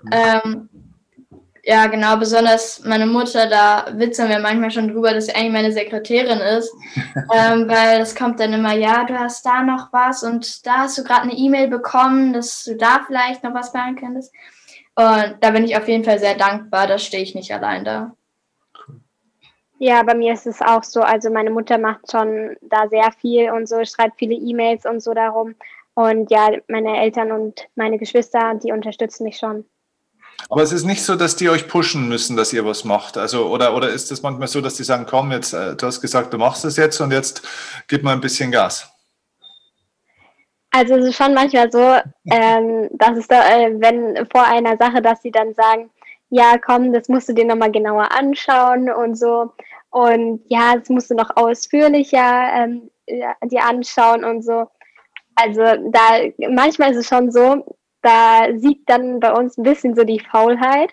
Ja, genau, besonders meine Mutter, da witzern wir manchmal schon drüber, dass sie eigentlich meine Sekretärin ist, weil es kommt dann immer, ja, du hast da noch was und da hast du gerade eine E-Mail bekommen, dass du da vielleicht noch was machen könntest. Und da bin ich auf jeden Fall sehr dankbar, da stehe ich nicht allein da. Ja, bei mir ist es auch so, also meine Mutter macht schon da sehr viel und so, schreibt viele E-Mails und so darum. Und ja, meine Eltern und meine Geschwister, die unterstützen mich schon. Aber es ist nicht so, dass die euch pushen müssen, dass ihr was macht. Also, oder ist es manchmal so, dass die sagen, komm, jetzt, du hast gesagt, du machst es jetzt und jetzt gib mal ein bisschen Gas. Also es ist schon manchmal so, dass es da, wenn vor einer Sache, dass sie dann sagen, ja, komm, das musst du dir nochmal genauer anschauen und so. Und ja, das musst du noch ausführlicher dir anschauen und so. Also da manchmal ist es schon so, da siegt dann bei uns ein bisschen so die Faulheit.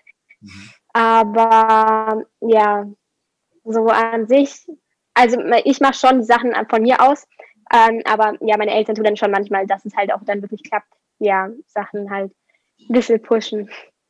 Aber ja, so an sich, also ich mache schon die Sachen von mir aus, aber ja, meine Eltern tun dann schon manchmal, dass es halt auch dann wirklich klappt. Ja, Sachen halt ein bisschen pushen.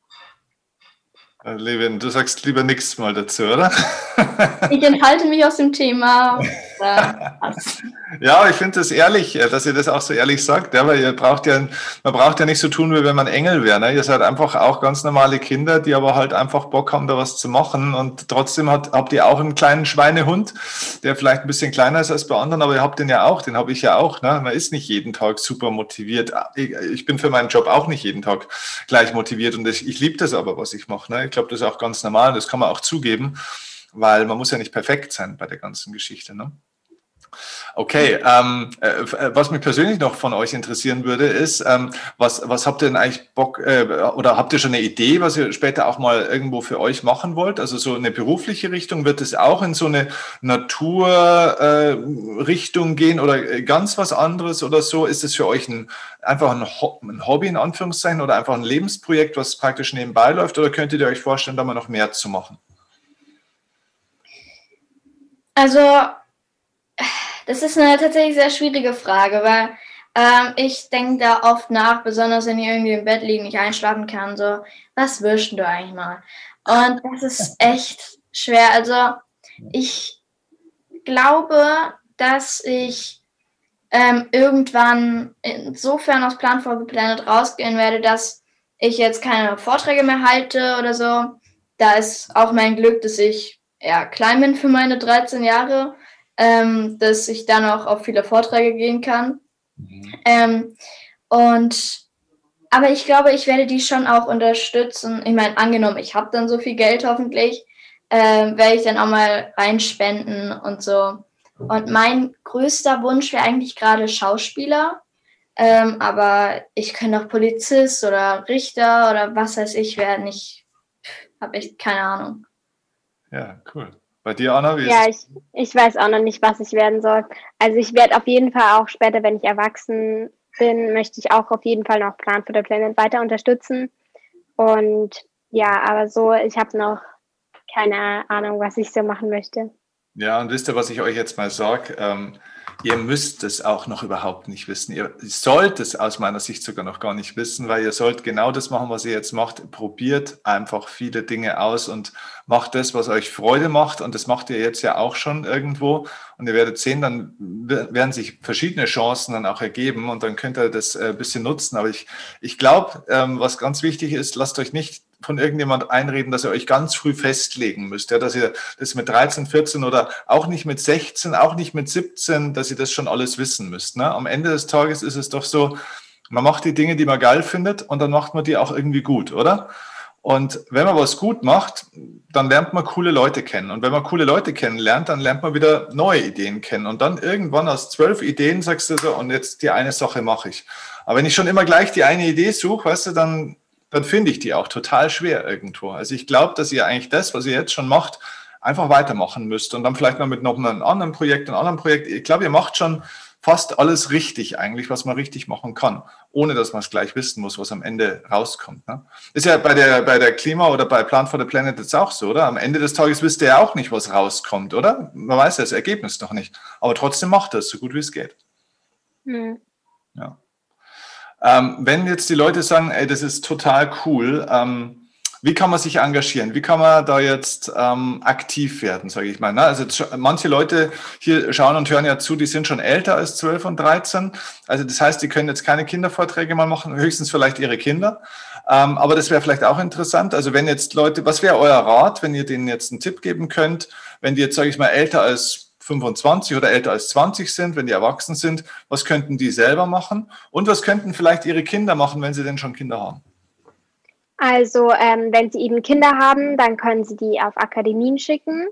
Levin, du sagst lieber nichts mal dazu, oder? Ich enthalte mich aus dem Thema. Ja, ich finde es ehrlich, dass ihr das auch so ehrlich sagt, ja, weil man braucht ja nicht so tun, wie wenn man Engel wäre. Ne? Ihr seid einfach auch ganz normale Kinder, die aber halt einfach Bock haben, da was zu machen. Und trotzdem habt ihr auch einen kleinen Schweinehund, der vielleicht ein bisschen kleiner ist als bei anderen, aber ihr habt den ja auch, den habe ich ja auch. Ne? Man ist nicht jeden Tag super motiviert. Ich bin für meinen Job auch nicht jeden Tag gleich motiviert und ich liebe das aber, was ich mache. Ne? Ich glaube, das ist auch ganz normal, das kann man auch zugeben, weil man muss ja nicht perfekt sein bei der ganzen Geschichte. Ne? Okay, was mich persönlich noch von euch interessieren würde, ist, was habt ihr denn eigentlich Bock oder habt ihr schon eine Idee, was ihr später auch mal irgendwo für euch machen wollt? Also so eine berufliche Richtung, wird es auch in so eine Naturrichtung gehen oder ganz was anderes oder so? Ist es für euch einfach ein Hobby in Anführungszeichen oder einfach ein Lebensprojekt, was praktisch nebenbei läuft, oder könntet ihr euch vorstellen, da mal noch mehr zu machen? Also das ist eine tatsächlich sehr schwierige Frage, weil ich denke da oft nach, besonders wenn ich irgendwie im Bett liege, nicht einschlafen kann, so, was wünschst du eigentlich mal? Und das ist echt schwer. Also ich glaube, dass ich irgendwann insofern aus Plan for the Planet rausgehen werde, dass ich jetzt keine Vorträge mehr halte oder so. Da ist auch mein Glück, dass ich klein bin für meine 13 Jahre. Dass ich dann auch auf viele Vorträge gehen kann. Aber ich glaube, ich werde die schon auch unterstützen. Ich meine, angenommen, ich habe dann so viel Geld hoffentlich, werde ich dann auch mal reinspenden und so. Und mein größter Wunsch wäre eigentlich gerade Schauspieler. Aber ich könnte auch Polizist oder Richter oder was weiß ich werden. Ich habe echt keine Ahnung. Ja, cool. Bei dir, Anna, wie Ja, ist ich weiß auch noch nicht, was ich werden soll. Also ich werde auf jeden Fall auch später, wenn ich erwachsen bin, möchte ich auch auf jeden Fall noch Plan for the Planet weiter unterstützen. Und ja, aber so, ich habe noch keine Ahnung, was ich so machen möchte. Ja, und wisst ihr, was ich euch jetzt mal sage? Ihr müsst es auch noch überhaupt nicht wissen. Ihr sollt es aus meiner Sicht sogar noch gar nicht wissen, weil ihr sollt genau das machen, was ihr jetzt macht. Probiert einfach viele Dinge aus und macht das, was euch Freude macht. Und das macht ihr jetzt ja auch schon irgendwo. Und ihr werdet sehen, dann werden sich verschiedene Chancen dann auch ergeben und dann könnt ihr das ein bisschen nutzen. Aber ich glaube, was ganz wichtig ist, lasst euch nicht von irgendjemand einreden, dass ihr euch ganz früh festlegen müsst, ja, dass ihr das mit 13, 14 oder auch nicht mit 16, auch nicht mit 17, dass ihr das schon alles wissen müsst. Ne? Am Ende des Tages ist es doch so, man macht die Dinge, die man geil findet und dann macht man die auch irgendwie gut, oder? Und wenn man was gut macht, dann lernt man coole Leute kennen. Und wenn man coole Leute kennenlernt, dann lernt man wieder neue Ideen kennen. Und dann irgendwann aus 12 Ideen sagst du so, und jetzt die eine Sache mache ich. Aber wenn ich schon immer gleich die eine Idee suche, weißt du, dann finde ich die auch total schwer irgendwo. Also ich glaube, dass ihr eigentlich das, was ihr jetzt schon macht, einfach weitermachen müsst und dann vielleicht noch mit noch einem anderen Projekt, Ich glaube, ihr macht schon fast alles richtig eigentlich, was man richtig machen kann, ohne dass man es gleich wissen muss, was am Ende rauskommt. Ne? Ist ja bei der Klima- oder bei Plan for the Planet jetzt auch so, oder? Am Ende des Tages wisst ihr ja auch nicht, was rauskommt, oder? Man weiß ja das Ergebnis noch nicht. Aber trotzdem macht es so gut, wie es geht. Ja. Wenn jetzt die Leute sagen, ey, das ist total cool, wie kann man sich engagieren? Wie kann man da jetzt aktiv werden, sage ich mal? Ne? Also manche Leute hier schauen und hören ja zu, die sind schon älter als 12 und 13. Also das heißt, die können jetzt keine Kindervorträge mal machen, höchstens vielleicht ihre Kinder. Aber das wäre vielleicht auch interessant. Also wenn jetzt Leute, was wäre euer Rat, wenn ihr denen jetzt einen Tipp geben könnt, wenn die jetzt, sage ich mal, älter als 25 oder älter als 20 sind, wenn die erwachsen sind, was könnten die selber machen? Und was könnten vielleicht ihre Kinder machen, wenn sie denn schon Kinder haben? Also wenn sie eben Kinder haben, dann können sie die auf Akademien schicken,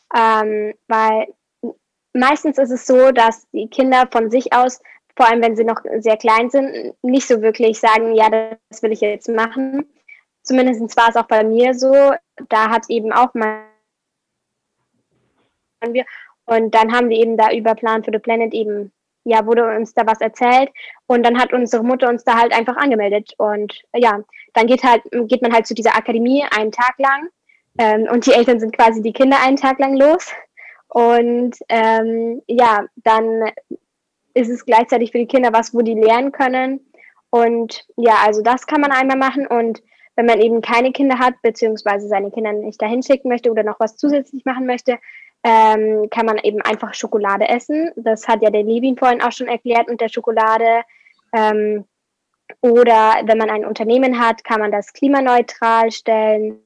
weil meistens ist es so, dass die Kinder von sich aus, vor allem wenn sie noch sehr klein sind, nicht so wirklich sagen, ja, das will ich jetzt machen. Zumindest war es auch bei mir so. Da hat eben auch Und dann haben wir eben da über Plan for the Planet eben, ja, wurde uns da was erzählt und dann hat unsere Mutter uns da halt einfach angemeldet und ja, dann geht man halt zu dieser Akademie einen Tag lang und die Eltern sind quasi die Kinder einen Tag lang los und ja, dann ist es gleichzeitig für die Kinder was, wo die lernen können und ja, also das kann man einmal machen und wenn man eben keine Kinder hat, beziehungsweise seine Kinder nicht dahin schicken möchte oder noch was zusätzlich machen möchte, kann man eben einfach Schokolade essen. Das hat ja der Levin vorhin auch schon erklärt mit der Schokolade. Ähm, oder wenn man ein Unternehmen hat, kann man das klimaneutral stellen.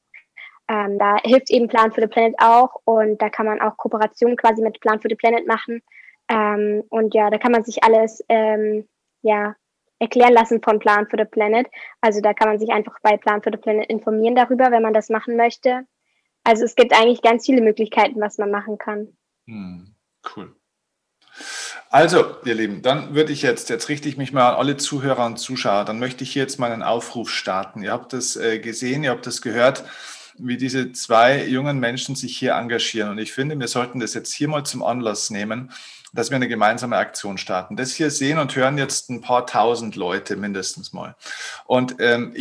Da hilft eben Plan for the Planet auch und da kann man auch Kooperationen quasi mit Plan for the Planet machen. Und ja, da kann man sich alles ja, erklären lassen von Plan for the Planet. Also da kann man sich einfach bei Plan for the Planet informieren darüber, wenn man das machen möchte. Also es gibt eigentlich ganz viele Möglichkeiten, was man machen kann. Cool. Also, ihr Lieben, dann würde ich jetzt richte ich mich mal an alle Zuhörer und Zuschauer, dann möchte ich hier jetzt mal einen Aufruf starten. Ihr habt das gesehen, ihr habt das gehört, wie diese zwei jungen Menschen sich hier engagieren. Und ich finde, wir sollten das jetzt hier mal zum Anlass nehmen, dass wir eine gemeinsame Aktion starten. Das hier sehen und hören jetzt ein paar tausend Leute mindestens mal. Und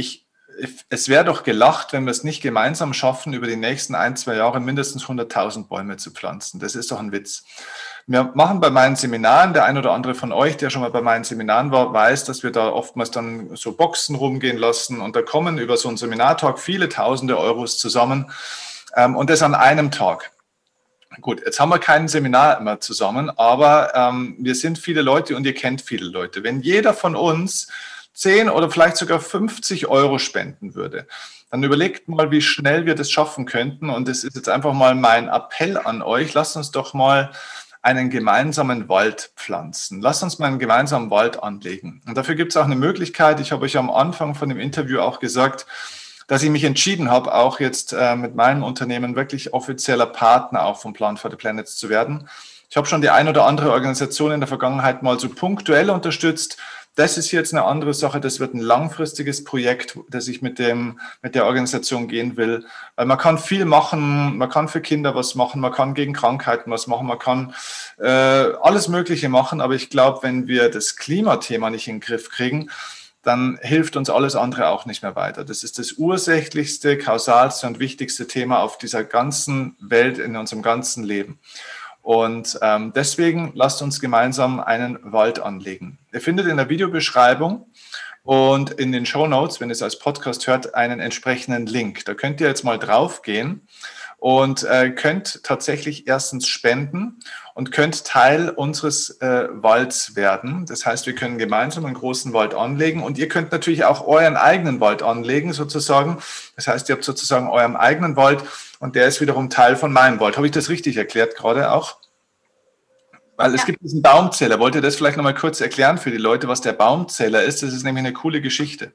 es wäre doch gelacht, wenn wir es nicht gemeinsam schaffen, über die nächsten 1-2 Jahre mindestens 100.000 Bäume zu pflanzen. Das ist doch ein Witz. Wir machen bei meinen Seminaren, der ein oder andere von euch, der schon mal bei meinen Seminaren war, weiß, dass wir da oftmals dann so Boxen rumgehen lassen und da kommen über so einen Seminartag viele tausende Euros zusammen und das an einem Tag. Gut, jetzt haben wir kein Seminar immer zusammen, aber wir sind viele Leute und ihr kennt viele Leute. Wenn jeder von uns 10 oder vielleicht sogar 50 Euro spenden würde, dann überlegt mal, wie schnell wir das schaffen könnten. Und das ist jetzt einfach mal mein Appell an euch. Lasst uns doch mal einen gemeinsamen Wald pflanzen. Lasst uns mal einen gemeinsamen Wald anlegen. Und dafür gibt es auch eine Möglichkeit. Ich habe euch am Anfang von dem Interview auch gesagt, dass ich mich entschieden habe, auch jetzt mit meinem Unternehmen wirklich offizieller Partner auch vom Plan for the Planet zu werden. Ich habe schon die ein oder andere Organisation in der Vergangenheit mal so punktuell unterstützt. Das ist jetzt eine andere Sache. Das wird ein langfristiges Projekt, das ich mit der Organisation gehen will. Weil man kann viel machen, man kann für Kinder was machen, man kann gegen Krankheiten was machen, man kann alles Mögliche machen. Aber ich glaube, wenn wir das Klimathema nicht in den Griff kriegen, dann hilft uns alles andere auch nicht mehr weiter. Das ist das ursächlichste, kausalste und wichtigste Thema auf dieser ganzen Welt, in unserem ganzen Leben. Und deswegen lasst uns gemeinsam einen Wald anlegen. Ihr findet in der Videobeschreibung und in den Shownotes, wenn ihr es als Podcast hört, einen entsprechenden Link. Da könnt ihr jetzt mal drauf gehen und könnt tatsächlich erstens spenden und könnt Teil unseres Walds werden. Das heißt, wir können gemeinsam einen großen Wald anlegen und ihr könnt natürlich auch euren eigenen Wald anlegen sozusagen. Das heißt, ihr habt sozusagen euren eigenen Wald und der ist wiederum Teil von meinem Wald. Habe ich das richtig erklärt gerade auch? Weil es gibt diesen Baumzähler. Wollt ihr das vielleicht nochmal kurz erklären für die Leute, was der Baumzähler ist? Das ist nämlich eine coole Geschichte.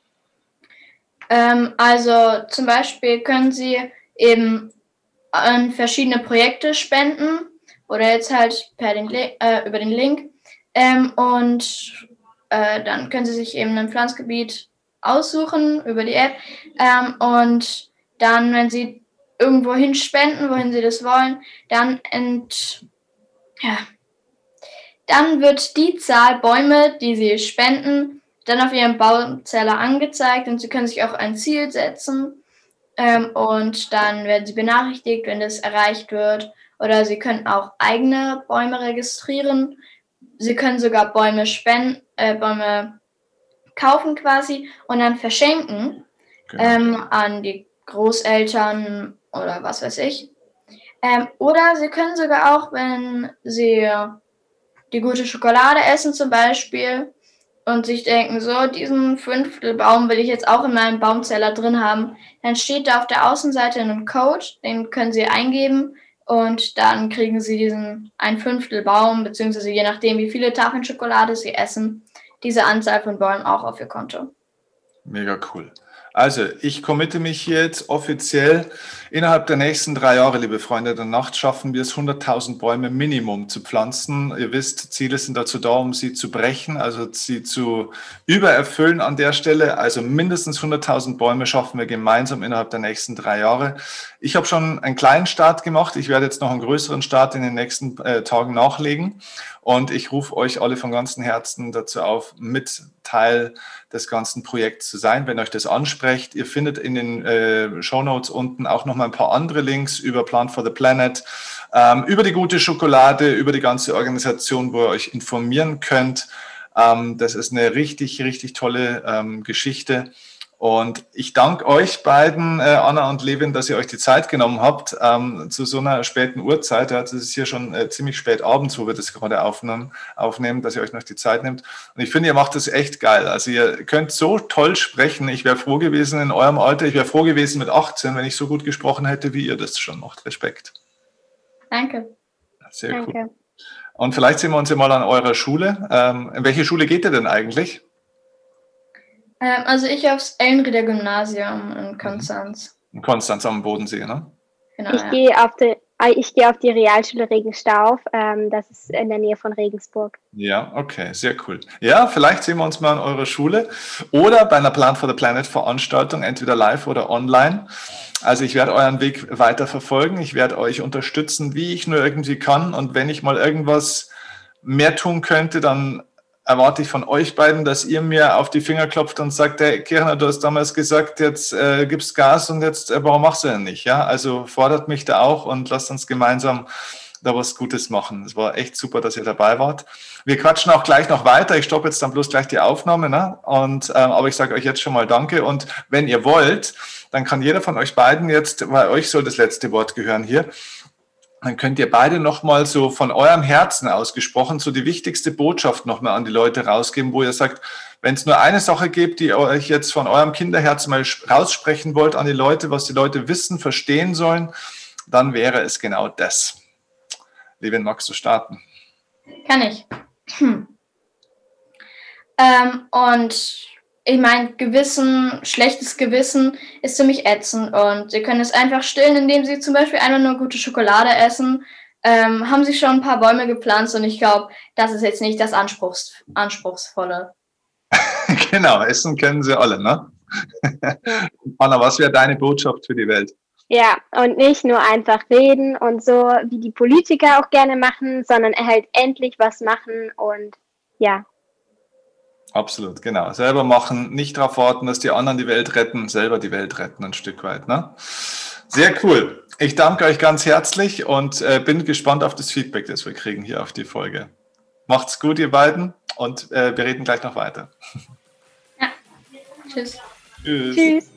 Also zum Beispiel können Sie eben an verschiedene Projekte spenden oder jetzt halt über den Link und dann können Sie sich eben ein Pflanzgebiet aussuchen über die App und dann, wenn Sie irgendwo hin spenden, wohin Sie das wollen, dann wird die Zahl Bäume, die Sie spenden, dann auf Ihrem Baumzähler angezeigt und Sie können sich auch ein Ziel setzen und dann werden Sie benachrichtigt, wenn das erreicht wird. Oder Sie können auch eigene Bäume registrieren. Sie können sogar Bäume kaufen quasi und dann verschenken an die Großeltern oder was weiß ich. Oder Sie können sogar auch, wenn Sie die gute Schokolade essen zum Beispiel und sich denken, so, diesen Fünftelbaum will ich jetzt auch in meinem Baumzähler drin haben, dann steht da auf der Außenseite ein Code, den können Sie eingeben und dann kriegen Sie diesen ein Fünftelbaum, beziehungsweise je nachdem, wie viele Tafeln Schokolade Sie essen, diese Anzahl von Bäumen auch auf Ihr Konto. Mega cool. Also, ich committe mich hier jetzt offiziell innerhalb der nächsten 3 Jahre, liebe Freunde der Nacht, schaffen wir es, 100.000 Bäume Minimum zu pflanzen. Ihr wisst, Ziele sind dazu da, um sie zu brechen, also sie zu übererfüllen an der Stelle. Also mindestens 100.000 Bäume schaffen wir gemeinsam innerhalb der nächsten 3 Jahre. Ich habe schon einen kleinen Start gemacht. Ich werde jetzt noch einen größeren Start in den nächsten Tagen nachlegen. Und ich rufe euch alle von ganzem Herzen dazu auf, mit Teil des ganzen Projekts zu sein, wenn euch das anspricht. Ihr findet in den Shownotes unten auch noch mal ein paar andere Links über Plant for the Planet, über die gute Schokolade, über die ganze Organisation, wo ihr euch informieren könnt. Das ist eine richtig, richtig tolle Geschichte. Und ich danke euch beiden, Anna und Levin, dass ihr euch die Zeit genommen habt, zu so einer späten Uhrzeit. Ja, das ist hier schon ziemlich spät abends, wo wir das gerade aufnehmen, dass ihr euch noch die Zeit nehmt. Und ich finde, ihr macht das echt geil. Also ihr könnt so toll sprechen. Ich wäre froh gewesen in eurem Alter, ich wäre froh gewesen mit 18, wenn ich so gut gesprochen hätte, wie ihr das schon macht. Respekt. Danke. Sehr Danke. cool. Und vielleicht sehen wir uns ja mal an eurer Schule. In welche Schule geht ihr denn eigentlich? Also ich aufs Ellenrieder Gymnasium in Konstanz. In Konstanz am Bodensee, ne? Genau, Ich ja. gehe auf die Realschule Regenstauf. Das ist in der Nähe von Regensburg. Ja, okay, sehr cool. Ja, vielleicht sehen wir uns mal an eurer Schule oder bei einer Plant for the Planet Veranstaltung, entweder live oder online. Also ich werde euren Weg weiter verfolgen. Ich werde euch unterstützen, wie ich nur irgendwie kann. Und wenn ich mal irgendwas mehr tun könnte, dann erwarte ich von euch beiden, dass ihr mir auf die Finger klopft und sagt, hey, Kirchner, du hast damals gesagt, jetzt gibst Gas und jetzt, warum machst du denn nicht? Ja, also fordert mich da auch und lasst uns gemeinsam da was Gutes machen. Es war echt super, dass ihr dabei wart. Wir quatschen auch gleich noch weiter. Ich stoppe jetzt dann bloß gleich die Aufnahme, ne? Aber ich sage euch jetzt schon mal Danke. Und wenn ihr wollt, dann kann jeder von euch beiden jetzt, weil euch soll das letzte Wort gehören hier, dann könnt ihr beide nochmal so von eurem Herzen ausgesprochen so die wichtigste Botschaft nochmal an die Leute rausgeben, wo ihr sagt, wenn es nur eine Sache gibt, die ihr euch jetzt von eurem Kinderherzen mal raussprechen wollt an die Leute, was die Leute wissen, verstehen sollen, dann wäre es genau das. Levin, magst du starten? Kann ich. Und ich meine, schlechtes Gewissen ist ziemlich ätzend und Sie können es einfach stillen, indem Sie zum Beispiel einfach nur gute Schokolade essen. Haben Sie schon ein paar Bäume gepflanzt und ich glaube, das ist jetzt nicht das Anspruchsvolle. Genau, essen können sie alle, ne? Anna, was wäre deine Botschaft für die Welt? Ja, und nicht nur einfach reden und so, wie die Politiker auch gerne machen, sondern halt endlich was machen und ja. Absolut, genau. Selber machen, nicht darauf warten, dass die anderen die Welt retten, selber die Welt retten ein Stück weit, ne? Sehr cool. Ich danke euch ganz herzlich und bin gespannt auf das Feedback, das wir kriegen hier auf die Folge. Macht's gut, ihr beiden, und wir reden gleich noch weiter. Ja, tschüss. Tschüss. Tschüss.